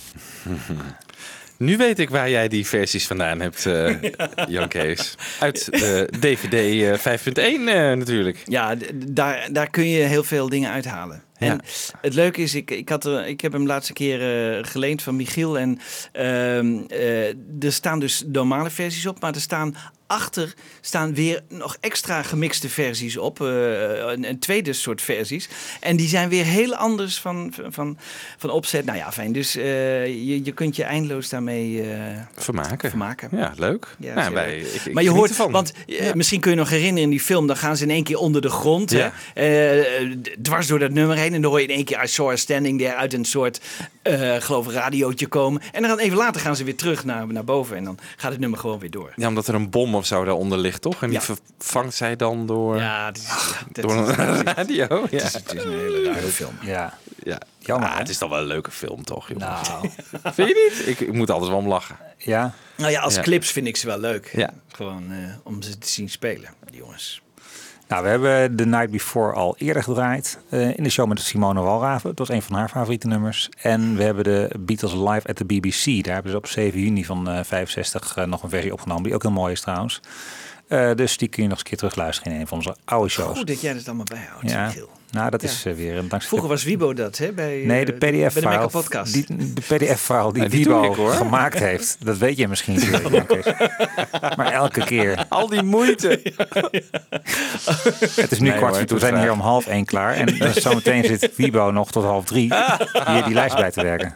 Nu weet ik waar jij die versies vandaan hebt, uh, Jan Kees. Uit de D V D uh, vijf punt één uh, natuurlijk. Ja, d- daar, daar kun je heel veel dingen uithalen. Ja. En het leuke is, ik, ik, had er, ik heb hem de laatste keer uh, geleend van Michiel. En uh, uh, er staan dus normale versies op, maar er staan achter staan weer nog extra gemixte versies op. Uh, een, een tweede soort versies. En die zijn weer heel anders van, van, van opzet. Nou ja, fijn. Dus uh, je, je kunt je eindeloos daarmee uh, vermaken. vermaken. Ja, leuk. Ja, nou, wij, ik, ik maar je hoort, ervan. want uh, ja. misschien kun je nog herinneren in die film, dan gaan ze in één keer onder de grond. Ja. Hè? Uh, dwars door dat nummer heen. En dan hoor je in één keer I Saw Her Standing There uit een soort, uh, geloof ik, radiootje komen. En dan even later gaan ze weer terug naar, naar boven. En dan gaat het nummer gewoon weer door. Ja, omdat er een bom of zo daaronder ligt, toch? En die Ja. vervangt zij dan door, Ja, het is, ja, door dat een is, radio. Ja. het, is, het is een hele rare film. Ja. Ja. Jammer, Ah, hè? het is toch wel een leuke film, toch? Jongen? Nou, Vind je niet? Ik, ik moet altijd wel om lachen. ja. Nou ja, als Ja. clips vind ik ze wel leuk. Ja. Gewoon uh, om ze te zien spelen, die jongens. Nou, we hebben The Night Before al eerder gedraaid uh, in de show met Simone Walraven. Dat was een van haar favoriete nummers. En we hebben de Beatles live at the B B C. Daar hebben ze op zeven juni van uh, vijfenzestig uh, nog een versie opgenomen, die ook heel mooi is trouwens. Uh, dus die kun je nog eens een keer terugluisteren in een van onze oude shows. Goed dat jij dat allemaal bijhoudt. Ja. Giel. Nou, dat Ja. is uh, weer een dankzij. Vroeger was Wiebo dat, hè? Bij, Nee, de uh, P D F-file. bij de Mecca Podcast. Die, de P D F-file die, Ja, die doe Wiebo ik, hoor. gemaakt heeft. Dat weet je misschien natuurlijk. Janke. Maar elke keer. Al die moeite. Het is nu Nee, kwart hoor, voor toe. We het zijn is hier om half één klaar. En dus zometeen zit Wiebo nog tot half drie hier die lijst bij te werken.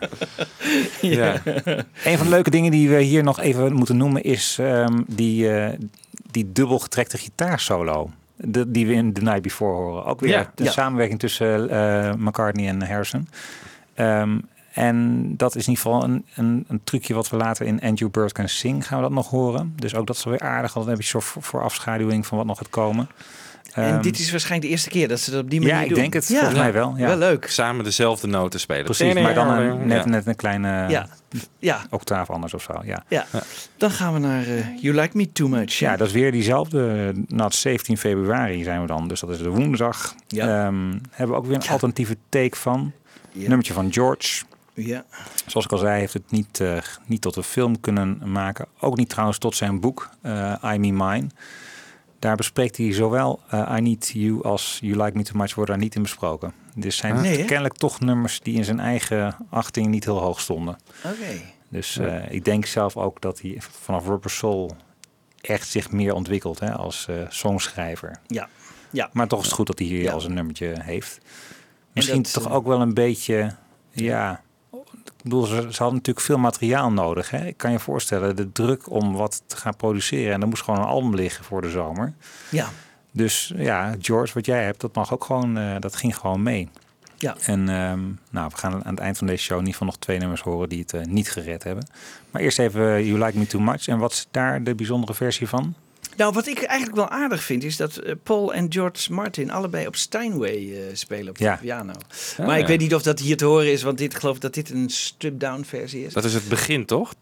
Ja. Een van de leuke dingen die we hier nog even moeten noemen is um, die, uh, die dubbel getrekte gitaarsolo. De, die we in The Night Before horen. Ook weer Ja. de Ja. samenwerking tussen uh, McCartney en Harrison. Um, en dat is in ieder geval een, een, een trucje wat we later in And You Bird Can Sing gaan we dat nog horen. Dus ook dat is wel weer aardig. Dat heb je zo voor, voor afschaduwing van wat nog gaat komen. En Um, dit is waarschijnlijk de eerste keer dat ze dat op die manier ja, doen. ik denk het. Ja. Volgens mij wel. Ja. Wel leuk. Samen dezelfde noten spelen. Precies, maar dan een, net, Ja. net een kleine Ja. Ja. octaaf anders of zo. Ja. Ja. Dan gaan we naar uh, You Like Me Too Much. Ja, dat is weer diezelfde. Nou, zeventien februari zijn we dan. Dus dat is de woensdag. Ja. Um, hebben we ook weer een Ja. alternatieve take van. Ja. Nummertje van George. Ja. Zoals ik al zei, heeft het niet, uh, niet tot een film kunnen maken. Ook niet trouwens tot zijn boek, uh, I Me Mine. Daar bespreekt hij zowel uh, I Need You als You Like Me Too Much worden daar niet in besproken. Dus zijn Nee, hè? kennelijk toch nummers die in zijn eigen achting niet heel hoog stonden. Oké. Dus uh, ik denk zelf ook dat hij vanaf Rubber Soul echt zich meer ontwikkelt hè, als uh, songschrijver. Ja. Ja. Maar toch is het goed dat hij hier Ja. als een nummertje heeft. Misschien dat, toch uh, ook wel een beetje, ja... Ik bedoel, ze, ze hadden natuurlijk veel materiaal nodig. Hè? Ik kan je voorstellen, de druk om wat te gaan produceren. En er moest gewoon een album liggen voor de zomer. Ja. Dus ja, George, wat jij hebt, dat mag ook gewoon, uh, dat ging gewoon mee. Ja. En um, nou, we gaan aan het eind van deze show in ieder geval nog twee nummers horen die het uh, niet gered hebben. Maar eerst even uh, You Like Me Too Much. En wat is daar de bijzondere versie van? Nou, wat ik eigenlijk wel aardig vind, is dat uh, Paul en George Martin allebei op Steinway uh, spelen op de Ja. piano. Ah, maar ik ja. weet niet of dat hier te horen is, want dit, ik geloof dat dit een stripped-down versie is. Dat is het begin, toch?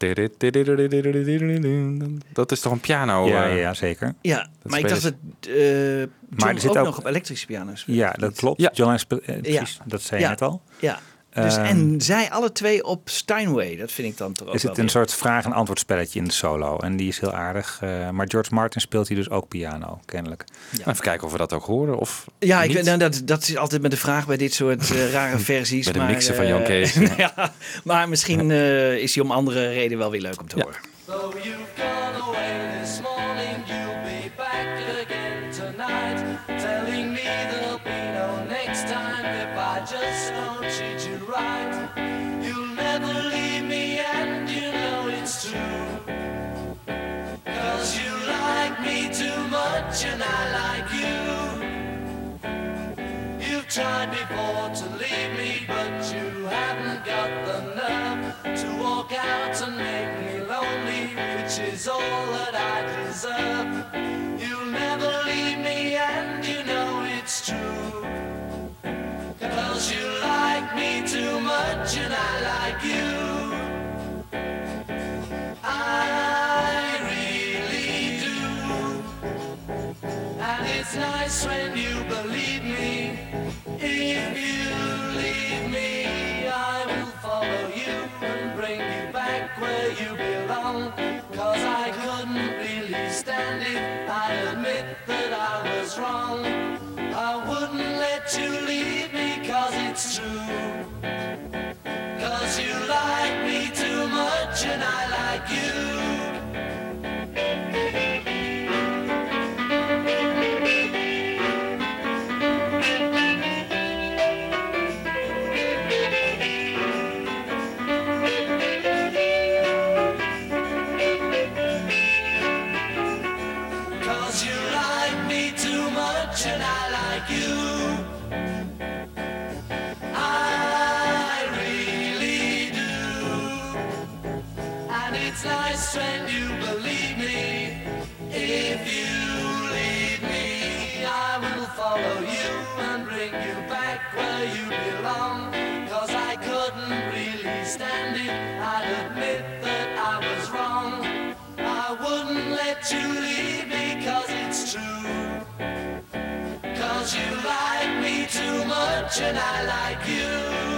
Dat is toch een piano? Ja, uh, ja, zeker. Ja, maar ik spelen dacht dat uh, John Maar er zit ook, ook- nog op elektrische piano's speelt. Ja, dat klopt. Ja. John speelt, eh, precies, dat zei je Ja. net al. Ja. Dus, Ehm, en zij alle twee op Steinway. Dat vind ik dan toch ook Er zit wel een weer. soort vraag- en antwoordspelletje in de solo. En die is heel aardig. Uh, maar George Martin speelt hier dus ook piano, kennelijk. Nou, even kijken of we dat ook horen. Of Ja, ik, niet. weet- nou, dat, dat is altijd met de vraag bij dit soort uh, rare versies. Bij de maar, mixen van uh, Jan Kees. ja, maar misschien uh, is hij om andere redenen wel weer leuk om te Ja. horen. Though you've gone away this morning, you'll be back again tonight. Telling me there'll be no next time if I just don't treat you right. You'll never leave me and you know it's true. Cause you like me too much and I like you. You've tried before to leave me, but you haven't got the nerve to walk out and make me lonely, which is all that I deserve. You'll never leave me and you know it's true. Cause you like me too much and I like you. I really do. And it's nice when you believe me. If you leave me, I will follow you and bring you back where you belong. Cause I couldn't really stand it, I admit that I was wrong. I wouldn't let you leave me cause it's true. Cause you like me too much and I like you. Cause you like me too much and I like you. I really do. And it's nice when you believe me. If you leave me, I will follow you and bring you back where you belong. Cause I couldn't really stand it, I'd admit that I was wrong. I wouldn't let you leave me cause it's true. Cause you like me too much and I like you.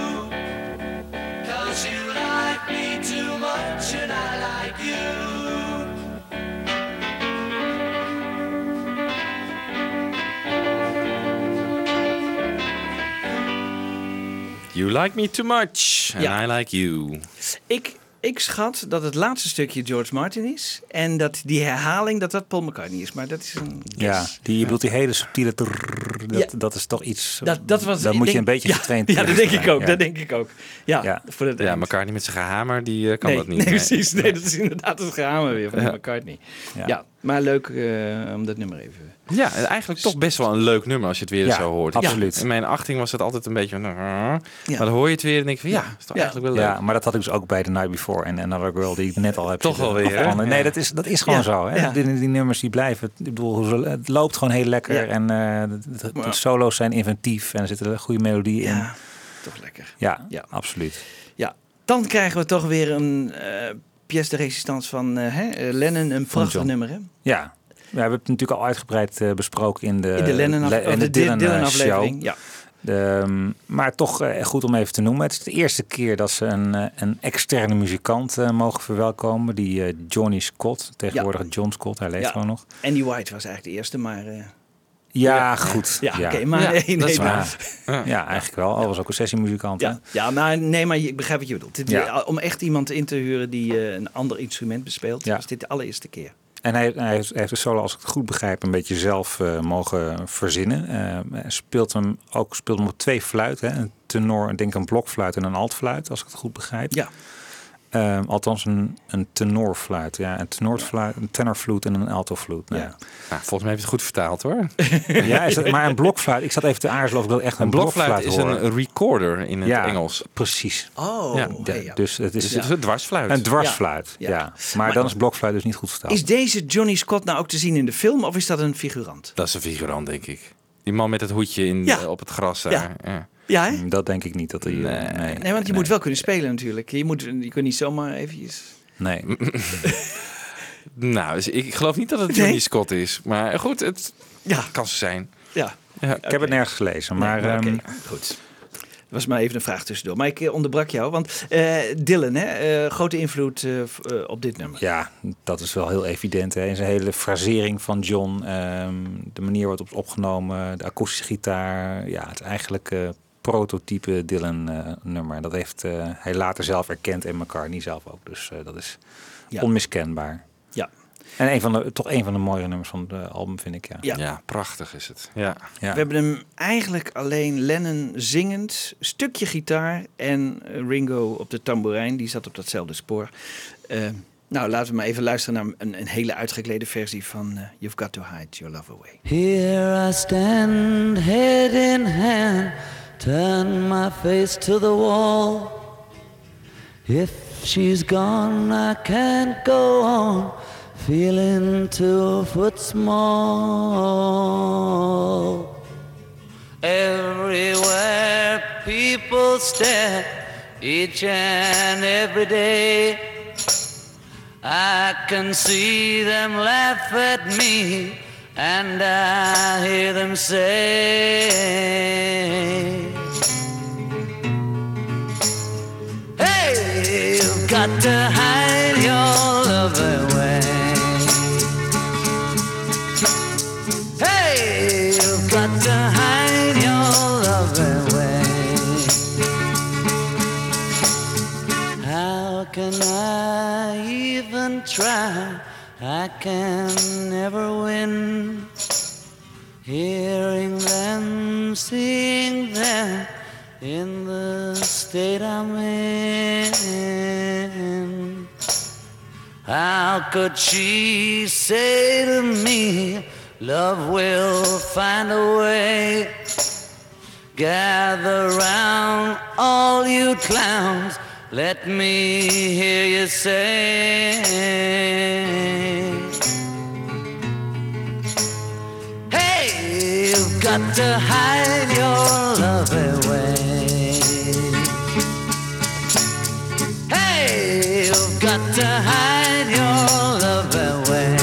Cause you like me too much and I like you. You like me too much. And Ja. I like you. Ik, ik schat dat het laatste stukje George Martin is. En dat die herhaling, dat dat Paul McCartney is. Maar dat is een Ja, guess. die, je bedoelt die hele subtiele... trrrr, dat, Ja. dat is toch iets... Dat, dat was, dan ik moet je denk- een beetje ja, getraind Ja, dat denk ik ook. Ja. Dat denk ik ook. Ja, Ja. voor het Ja, eind. McCartney met zijn gehamer, die eh, kan nee, dat niet. Nee, Nee. precies. Nee, dat is inderdaad het gehamer weer van Ja. McCartney. Ja. Ja. maar leuk eh, om dat nummer even... Ja, eigenlijk toch best wel een leuk nummer als je het weer Ja, zo hoort. absoluut. In mijn achting was het altijd een beetje... van, Ja. Maar dan hoor je het weer en denk je van ja, is toch Ja. eigenlijk wel leuk. Ja, maar dat had ik dus ook bij The Night Before en Another Girl, die ik net al heb Toch zitten wel weer, hè? afhandelen. Nee, Ja. dat is, dat is gewoon Ja. zo. Hè? Ja. Die, die nummers die blijven. Ik bedoel, hoe ze- het loopt gewoon heel lekker. Ja. En eh, de, de- de Maar- solo's zijn inventief en er zit een goede melodie in. Ja, toch lekker. Ja, Ja. absoluut. Ja, dan krijgen we toch weer een eh pièce de résistance van eh, hè, eh, Lennon. Een prachtig John. nummer, hè? Ja. we hebben het natuurlijk al uitgebreid uh, besproken in de, In de Lennon, Le- af, in de Dylan, Dylan uh, aflevering. show. Ja. De, um, maar toch uh, goed om even te noemen. Het is de eerste keer dat ze een, uh, een externe muzikant uh, mogen verwelkomen. Die uh, Johnny Scott, tegenwoordig Ja. John Scott, hij leeft Ja. gewoon nog. Andy White was eigenlijk de eerste, maar... Uh, Ja, ja, goed. Ja, ja. oké, maar Ja, nee, dat is nee, waar. Ja, ja, eigenlijk wel. Hij was ook een sessiemuzikant. Ja, hè? ja, maar nee, maar ik begrijp wat je bedoelt. Dit, Ja. Om echt iemand in te huren die uh, een ander instrument bespeelt, Ja. is dit de allereerste keer. En hij, hij, heeft, hij heeft de solo, als ik het goed begrijp, een beetje zelf uh, mogen verzinnen. Uh, hij speelt hem ook speelt hem op twee fluiten. Hè? Een tenor, ik denk een blokfluit en een altfluit, als ik het goed begrijp. Ja. Uh, althans een, een tenorfluit. Ja, een tenorfluit, een tenorfluit en een altovluit. Nee. Ja. Nou, volgens mij heb je het goed vertaald hoor. Ja, is dat, maar een blokfluit. Ik zat even te aarzelen of ik dat echt een, Een blokfluit is hoor. een recorder in het Ja, Engels. precies. Oh, Ja, hey, ja. Dus het is Dus het is een dwarsfluit. een dwarsfluit. Ja. Ja. Ja. Maar, Maar- dan is blokfluit dus niet goed vertaald. Is deze Johnny Scott nou ook te zien in de film of is dat een figurant? Dat is een figurant, denk ik. Die man met het hoedje in, Ja. uh, op het gras daar. Ja. Ja. Ja, hè? Dat denk ik niet. Dat hij, Nee. nee. Nee, want je moet wel kunnen spelen natuurlijk. Je, moet, je kunt niet zomaar eventjes... Nee. Nou, dus ik, ik geloof niet dat het Johnny Nee. Scott is. Maar goed, het Ja, kan zo zijn. ja. Ja. Ik heb het nergens gelezen. Maar Nee, oké, ehm, goed. Dat was maar even een vraag tussendoor. Maar ik eh, onderbrak jou, want eh, Dylan, hè, eh, grote invloed eh, v- eh, op dit nummer. ja, dat is wel heel evident. Hè. In zijn hele frasering van John. ehm, de manier waarop het is opgenomen. De akoestische gitaar. Ja, het is eigenlijk uh, prototype Dylan uh, nummer. Dat heeft uh, hij later zelf erkend en McCartney zelf ook. Dus uh, dat is Ja. onmiskenbaar. Ja. En een van de, toch een van de mooie nummers van het album, vind ik. Ja. Ja. Ja, prachtig is het. Ja. Ja. We hebben hem eigenlijk alleen Lennon zingend, stukje gitaar en eh, Ringo op de tamboerijn. Die zat op datzelfde spoor. Eh, nou, laten we maar even luisteren naar een, een hele uitgeklede versie van uh, You've Got to Hide Your Love Away. Here I stand, head in hand, turn my face to the wall. If she's gone, I can't go on, feeling two foot small. Everywhere people stare, each and every day. I can see them laugh at me, and I hear them say, hey, you've got to hide your love away. Hey, you've got to hide your love away. How can I even try? I can never win. Hearing them, seeing them in the state I'm in. How could she say to me, love will find a way? Gather round all you clowns, let me hear you say, hey, you've got to hide your love away. Hey, you've got to hide your love away.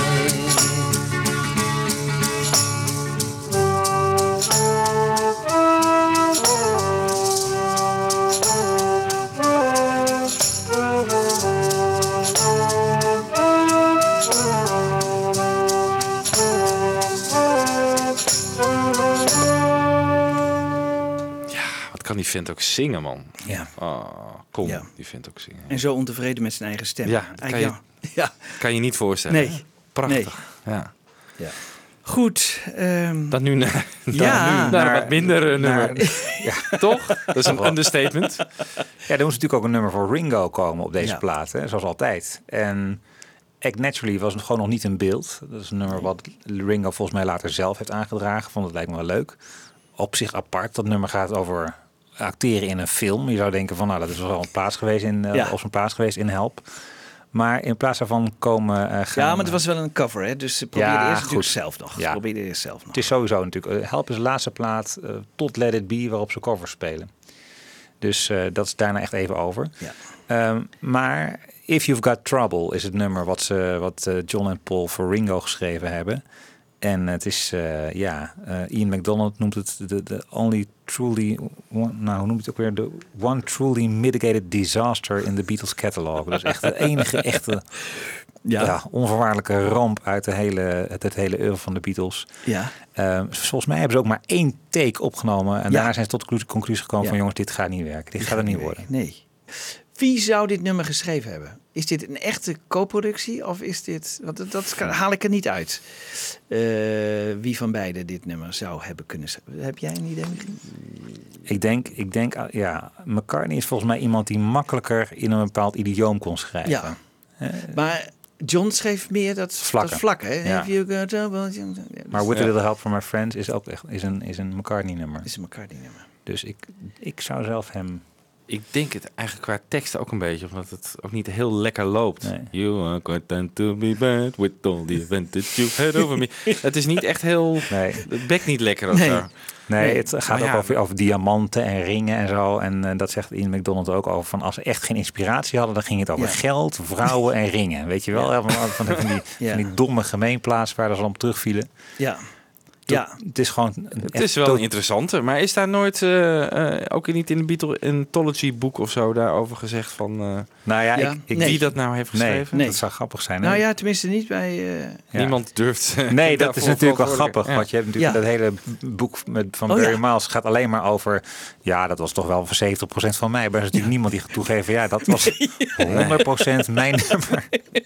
Wat kan die vindt ook zingen, man. Ja. Oh, kom, Ja. die vindt ook zingen. En zo ontevreden met zijn eigen stem. Ja, dat kan je, Eigenlijk, ja. kan je niet voorstellen. Nee. hè? Prachtig. Ja. Ja. Goed. ehm, Dat nu naar, dan Ja. nu naar, Naar- een wat minder naar- nummer. Ja. Toch? Dat is een understatement. Ja, er moest natuurlijk ook een nummer voor Ringo komen op deze Ja. plaat, hè, zoals altijd. En Act Naturally was gewoon nog niet in beeld. Dat is een nummer wat Ringo volgens mij later zelf heeft aangedragen. Vond het lijkt me wel leuk. Op zich apart. Dat nummer gaat over acteren in een film. Je zou denken van, nou, dat is wel een plaats geweest in, uh, Ja. of een plaats geweest in Help. Maar in plaats daarvan komen uh, gaan... ja, maar het was wel een cover, hè? Dus ze probeerde Ja, eerst goed. natuurlijk zelf nog. Ze Ja. probeerde eerst zelf nog. Het is sowieso natuurlijk... uh, Help is de laatste plaat uh, tot Let It Be waarop ze covers spelen. Dus uh, dat is daarna echt even over. Ja. Um, maar If You've Got Trouble is het nummer wat, ze, wat uh, John en Paul voor Ringo geschreven hebben. En het is, uh, ja, uh, Ian MacDonald noemt het de, de only truly, one, nou hoe noemt het ook weer, de one truly mitigated disaster in the Beatles catalog. Dat is echt de enige echte, Ja. ja, onvoorwaardelijke ramp uit de hele, het, het hele oeuvre van de Beatles. Ja. Uh, volgens mij hebben ze ook maar één take opgenomen en Ja. daarna zijn ze tot de conclusie gekomen Ja. van jongens, dit gaat niet werken, dit gaat er niet worden. Nee. Wie zou dit nummer geschreven hebben? Is dit een echte co-productie of is dit... Want dat, dat kan- haal ik er niet uit. Uh, wie van beiden dit nummer zou hebben kunnen schrijven. Heb jij een idee? Ik denk, ik denk, uh, ja, McCartney is volgens mij iemand die makkelijker in een bepaald idioom kon schrijven. Ja. Maar John schreef meer dat Vlakken. dat vlak, hè? Ja. Have you got trouble? Ja, dus Maar With a Ja. Little Help from My Friends is ook echt is een, is een McCartney nummer. is een McCartney-nummer. Dus ik, ik zou zelf hem... Ik denk het eigenlijk qua tekst ook een beetje, omdat het ook niet heel lekker loopt. Nee. You are content to be bad with all the advantage you had over me. Het is niet echt heel... Nee, Het bekt niet lekker of Nee. zo. nee, Nee. het gaat Maar ook ja. over, over diamanten en ringen en zo. En uh, dat zegt Ian MacDonald ook over. Van als ze echt geen inspiratie hadden, dan ging het over Ja. geld, vrouwen en ringen. Weet je wel? Ja. Van, van, van, die, Ja. van die domme gemeenplaats waar ze op terugvielen. Ja. Ja. Het is gewoon... Het is wel een interessante, maar is daar nooit, uh, uh, ook niet in een Beatle-anthology boek of zo, daarover gezegd van uh, Nou ja, Ja. ik, ik Nee. wie dat nou heeft Nee, geschreven? Nee. dat zou grappig zijn. hè? Nou ja, tenminste niet bij... uh, Ja. Niemand durft. uh, Nee, dat daarvoor is natuurlijk wel verantwoordelijk. grappig. Ja. Want je hebt natuurlijk Ja. dat hele boek met, van Oh, Barry ja. Miles gaat alleen maar over... Ja, dat was toch wel voor zeventig procent van mij. Maar er is natuurlijk niemand die gaat toegeven... Ja, dat was honderd procent mijn nummer.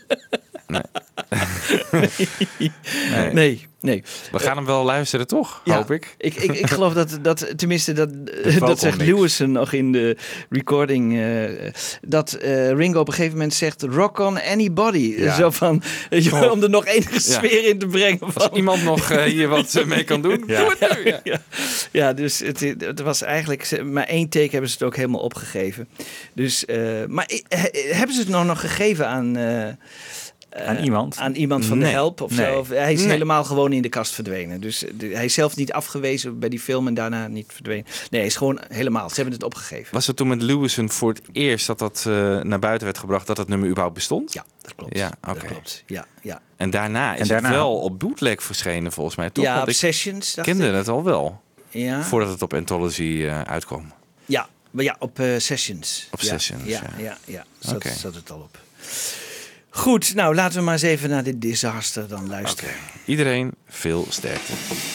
Nee. Nee, nee. We gaan hem wel luisteren, toch? Ja. Hoop ik. Ik, ik, ik geloof dat, dat tenminste, dat, dat Vocal zegt mix. Lewison nog in de recording, uh, dat uh, Ringo op een gegeven moment zegt, rock on anybody. Ja. Zo van, uh, om er nog enige Ja. sfeer in te brengen. Als Van, iemand nog uh, hier wat uh, mee kan doen, Ja. doe het nu. Ja. ja. ja, dus het, het was eigenlijk, maar één take hebben ze het ook helemaal opgegeven. Dus, uh, maar uh, hebben ze het nog, nog gegeven aan... Uh, Aan iemand? Aan iemand van Nee. de Help of Nee. zo. Of, hij is Nee. helemaal gewoon in de kast verdwenen. Dus de, hij is zelf niet afgewezen bij die film en daarna niet verdwenen. Nee, hij is gewoon helemaal. Ze hebben het opgegeven. Was het toen met Lewison voor het eerst dat dat uh, naar buiten werd gebracht, dat het nummer überhaupt bestond? Ja, dat klopt. Ja, Dat oké. klopt. Ja, ja. En daarna is En daarna- het wel op bootleg verschenen volgens mij, toch? ja, Want ik Obsessions. dacht kende ik. het al wel, Ja. voordat het op Anthology uh, uitkwam. Ja, maar ja, op uh, Sessions. Op ja, Sessions, Ja, ja. ja, ja. Zat, Oké. zat het al op. Goed, nou laten we maar eens even naar dit disaster dan luisteren. Iedereen veel sterkte.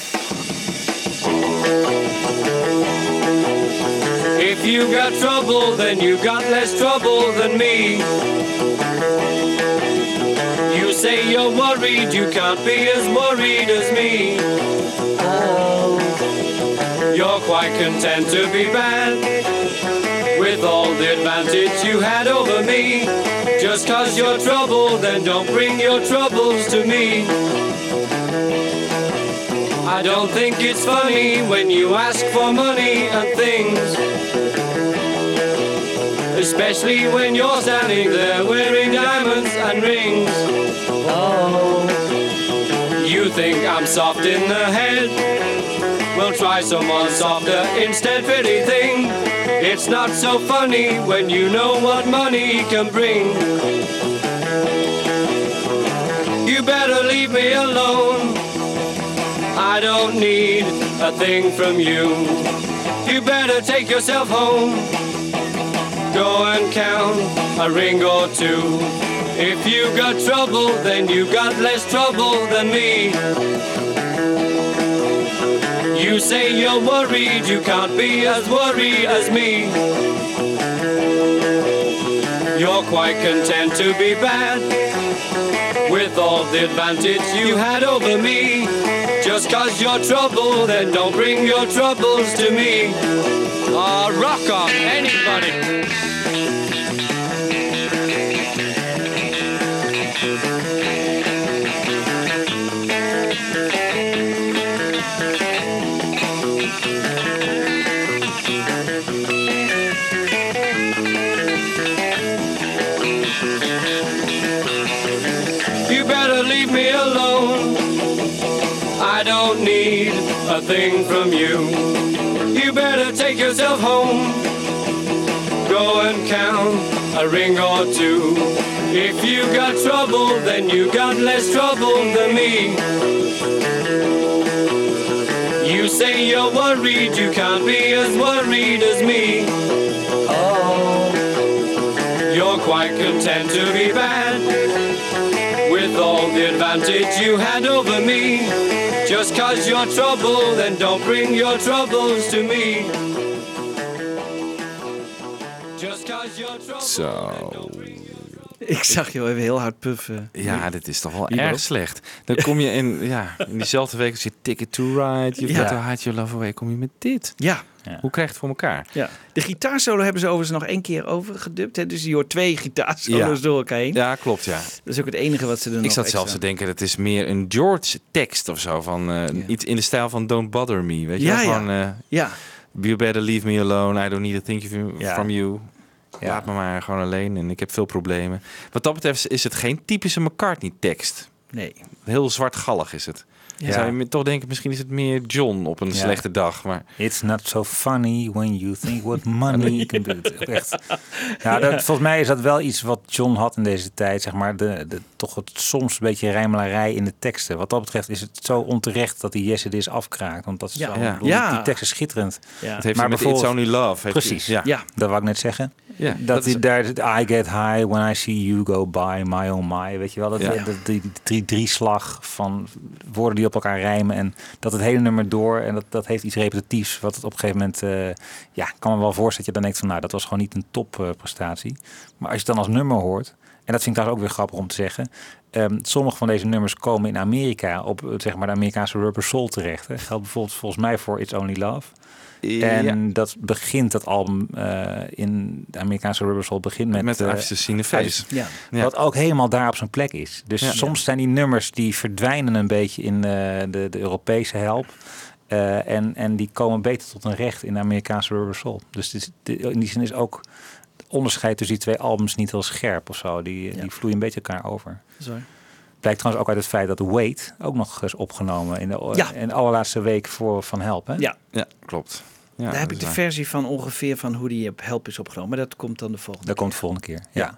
If you got trouble, then you got less trouble than me. You say you're worried, you can't be as worried as me. Oh, you're quite content to be bad with all the advantage you had over me. Just cause you're troubled, then don't bring your troubles to me. I don't think it's funny when you ask for money and things, especially when you're standing there wearing diamonds and rings. Oh, you think I'm soft in the head? Well, try someone softer instead, pretty thing. It's not so funny when you know what money can bring. You better leave me alone. I don't need a thing from you. You better take yourself home. Go and count a ring or two. If you got trouble, then you got less trouble than me. You say you're worried, you can't be as worried as me. You're quite content to be bad, with all the advantage you had over me. Just cause you're troubled, then don't bring your troubles to me. Ah, rock on, anybody. You better leave me alone. I don't need a thing from you. You better take yourself home. Go and count a ring or two. If you got trouble, then you got less trouble than me. You say you're worried, you can't be as worried as me. Oh, you're quite content to be bad, with all the advantage you had over me. Just cause you're troubled, then don't bring your troubles to me. Just cause you're troubled. Zo. Ik zag jou even heel hard puffen. Ja, dit is toch wel Hier erg ook. slecht. Dan kom je in, ja, in diezelfde week als je Ticket to Ride, You've Ja. Got to Hide Your Love Away, kom je met dit. Ja. Ja. Hoe krijg je het voor elkaar? Ja. De gitaarsolo hebben ze overigens nog één keer overgedubt. Hè? Dus je hoort twee gitaarsolo's Ja. door elkaar heen. Ja, klopt, ja. Dat is ook het enige wat ze er nog Ik zat extra... zelfs te denken, dat is meer een George-tekst of zo. Van, uh, Ja. Iets in de stijl van Don't Bother Me. Weet je Ja, wel? ja. Gewoon, uh, Ja, You better leave me alone. I don't need a thing from- Ja. from you. Ja. Laat me maar gewoon alleen en ik heb veel problemen. Wat dat betreft is het geen typische McCartney-tekst. nee. Heel zwartgallig is het. Ja. Zou je toch denken, misschien is het meer John op een Ja. slechte dag. Maar It's not so funny when you think what money can do. Ook echt. Ja, dat, volgens mij is dat wel iets wat John had in deze tijd. Zeg maar, de, de, toch het, soms een beetje rijmelarij in de teksten. Wat dat betreft is het zo onterecht dat hij Yes It Is afkraakt. Want dat is Ja. zo, Ja. ik bedoel, Ja. Die, die tekst is schitterend. Ja. het heeft Maar maar met It's bijvoorbeeld- Only Love. Heeft Precies. Ja. Ja. Dat wou ik net zeggen. Ja, Dat, dat die, is- daar, I get high when I see you go by, my oh my. Weet je wel, dat, Ja. dat, die, die drie, drie slag van woorden die op elkaar rijmen. En dat het hele nummer door. En dat, dat heeft iets repetitiefs. Wat het op een gegeven moment, uh, ja, ik kan me wel voorstellen dat je dan denkt van, nou, dat was gewoon niet een topprestatie. maar als je het dan als nummer hoort, en dat vind ik trouwens ook weer grappig om te zeggen. Um, sommige van deze nummers komen in Amerika op, zeg maar, de Amerikaanse Rubber Soul terecht. Hè. Geldt bijvoorbeeld volgens mij voor It's Only Love. En ja. dat begint, dat album uh, in de Amerikaanse Rubber Soul begint met... Met uh, I've Just Seen a Face. Ja. Ja. Wat ook helemaal daar op zijn plek is. Dus Ja. soms zijn die nummers die verdwijnen een beetje in uh, de, de Europese help. Uh, en, en die komen beter tot een recht in de Amerikaanse Rubber Soul. Dus dit, dit, in die zin is ook het onderscheid tussen die twee albums niet heel scherp of zo. Die, Ja. die vloeien een beetje elkaar over. Sorry. Blijkt trouwens ook uit het feit dat Wait ook nog is opgenomen in de, Ja. in de allerlaatste week voor Van Help. Hè? Ja. Ja, klopt. Ja, Daar dat heb ik is de waar. versie van ongeveer van hoe die op Help is opgenomen. Maar dat komt dan de volgende Dat komt de volgende keer. Ja.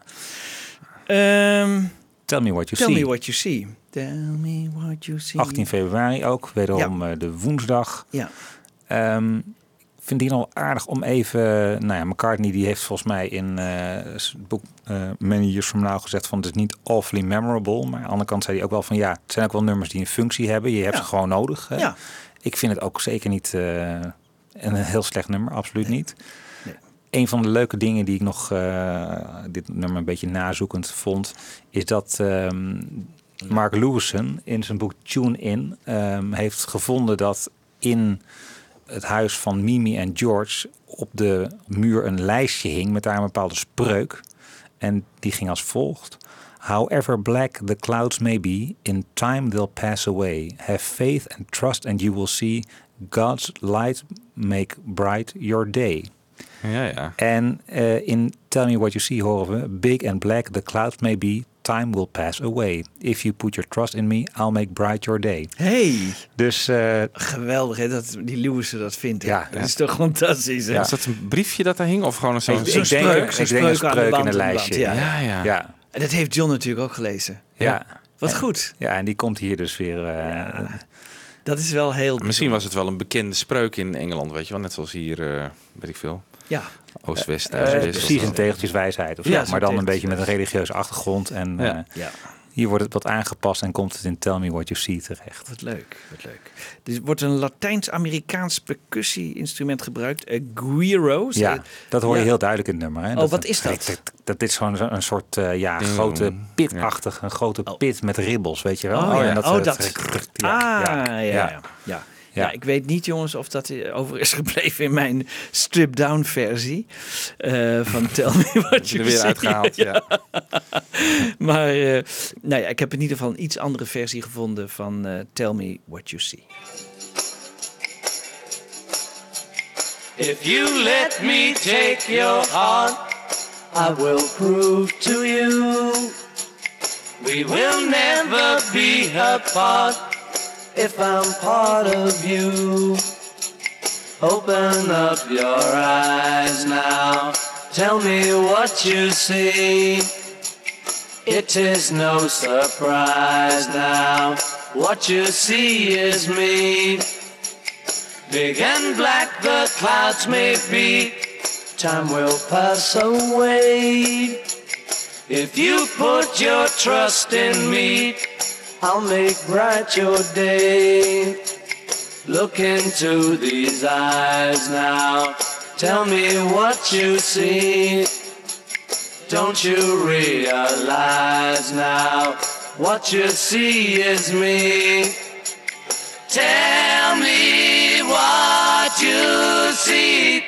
keer. Ehm, Tell Me What You Tell See. me what you see. Tell me what you see. achttien februari ook, wederom ja. de woensdag. Ja. Um, ik vind die nog aardig om even... Nou ja, McCartney die heeft volgens mij in uh, zijn boek uh, Many Years From Now gezegd van het is niet awfully memorable. Maar aan de andere kant zei hij ook wel van ja, het zijn ook wel nummers die een functie hebben. Je hebt Ja. ze gewoon nodig. Hè? Ja. Ik vind het ook zeker niet uh, een heel slecht nummer, absoluut Nee. niet. Nee. Een van de leuke dingen die ik nog uh, dit nummer een beetje nazoekend vond, is dat um, Mark Lewison in zijn boek Tune In um, heeft gevonden dat in het huis van Mimi en George op de muur een lijstje hing met daar een bepaalde spreuk. En die ging als volgt. However black the clouds may be, in time they'll pass away. Have faith and trust and you will see God's light make bright your day. Ja, ja. En uh, in Tell Me What You See horen we... Big and black the clouds may be, time will pass away. If you put your trust in me, I'll make bright your day. Hey, Dus uh, geweldig hè, dat die Lewis dat vindt. hè. Ja, dat ja. is toch fantastisch hè? Ja. Was dat een briefje dat daar hing? Of gewoon zo'n... ik, zo'n ik denk, spreuk, ik zo'n denk een spreuk aan de spreuk in wand, een aan de lijstje. wand, Ja, ja. ja. En dat heeft John natuurlijk ook gelezen. ja. Wat En- goed. Ja, en die komt hier dus weer... Uh, Ja. Dat is wel heel... Misschien was het wel een bekende spreuk in Engeland, weet je wel. Net zoals hier, uh, weet ik veel. Ja, Oost-West, uh, Thuis-West. precies of een tegeltjeswijsheid. Of Ja, zo, zo'n maar dan een beetje met een tegeltjeswijsheid. religieuze achtergrond. En, Ja. uh, ja. Hier wordt het wat aangepast en komt het in Tell Me What You See terecht. Wat leuk, wat leuk. Er wordt een Latijns-Amerikaans percussie-instrument gebruikt, een guiro. Ja, dat hoor je ja. heel duidelijk in het nummer. Hè? Oh, dat, wat is dat? Dat, dat, dat is gewoon zo- een soort uh, ja, grote pitachtig, een grote Oh. pit met ribbels, weet je wel? Oh, ja. en Oh, uh, dat. ja, Ah, ja, ja, ja. ja. ja. Ja, ik weet niet, jongens, of dat over is gebleven in mijn stripped-down versie uh, van Tell Me What You er weer See. uitgehaald, ja. Maar uh, nou ja, ik heb in ieder geval een iets andere versie gevonden van uh, Tell Me What You See. If you let me take your heart, I will prove to you we will never be apart. If I'm part of you, open up your eyes now. Tell me what you see. It is no surprise now. What you see is me. Big and black the clouds may be. Time will pass away. If you put your trust in me, I'll make bright your day. Look into these eyes now. Tell me what you see. Don't you realize now? What you see is me. Tell me what you see.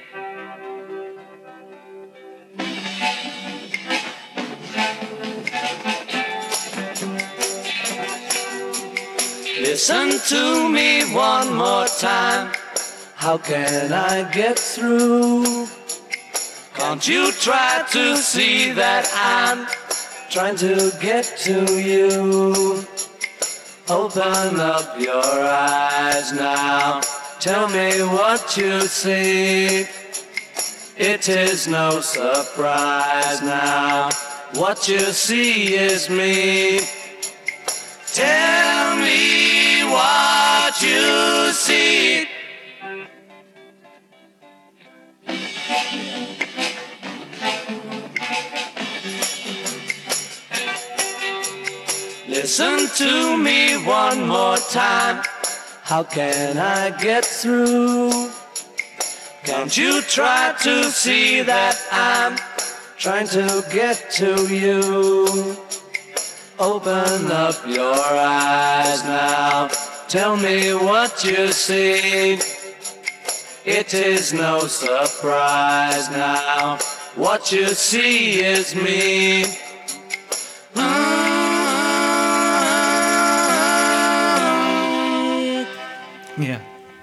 Listen to me one more time. How can I get through? Can't you try to see that I'm trying to get to you? Open up your eyes now. Tell me what you see. It is no surprise now. What you see is me. Tell me what you see. Listen to me one more time. How can I get through? Can't you try to see that I'm trying to get to you? Open up your eyes now. Tell me what you see. It is no surprise now. What you see is me. Ja.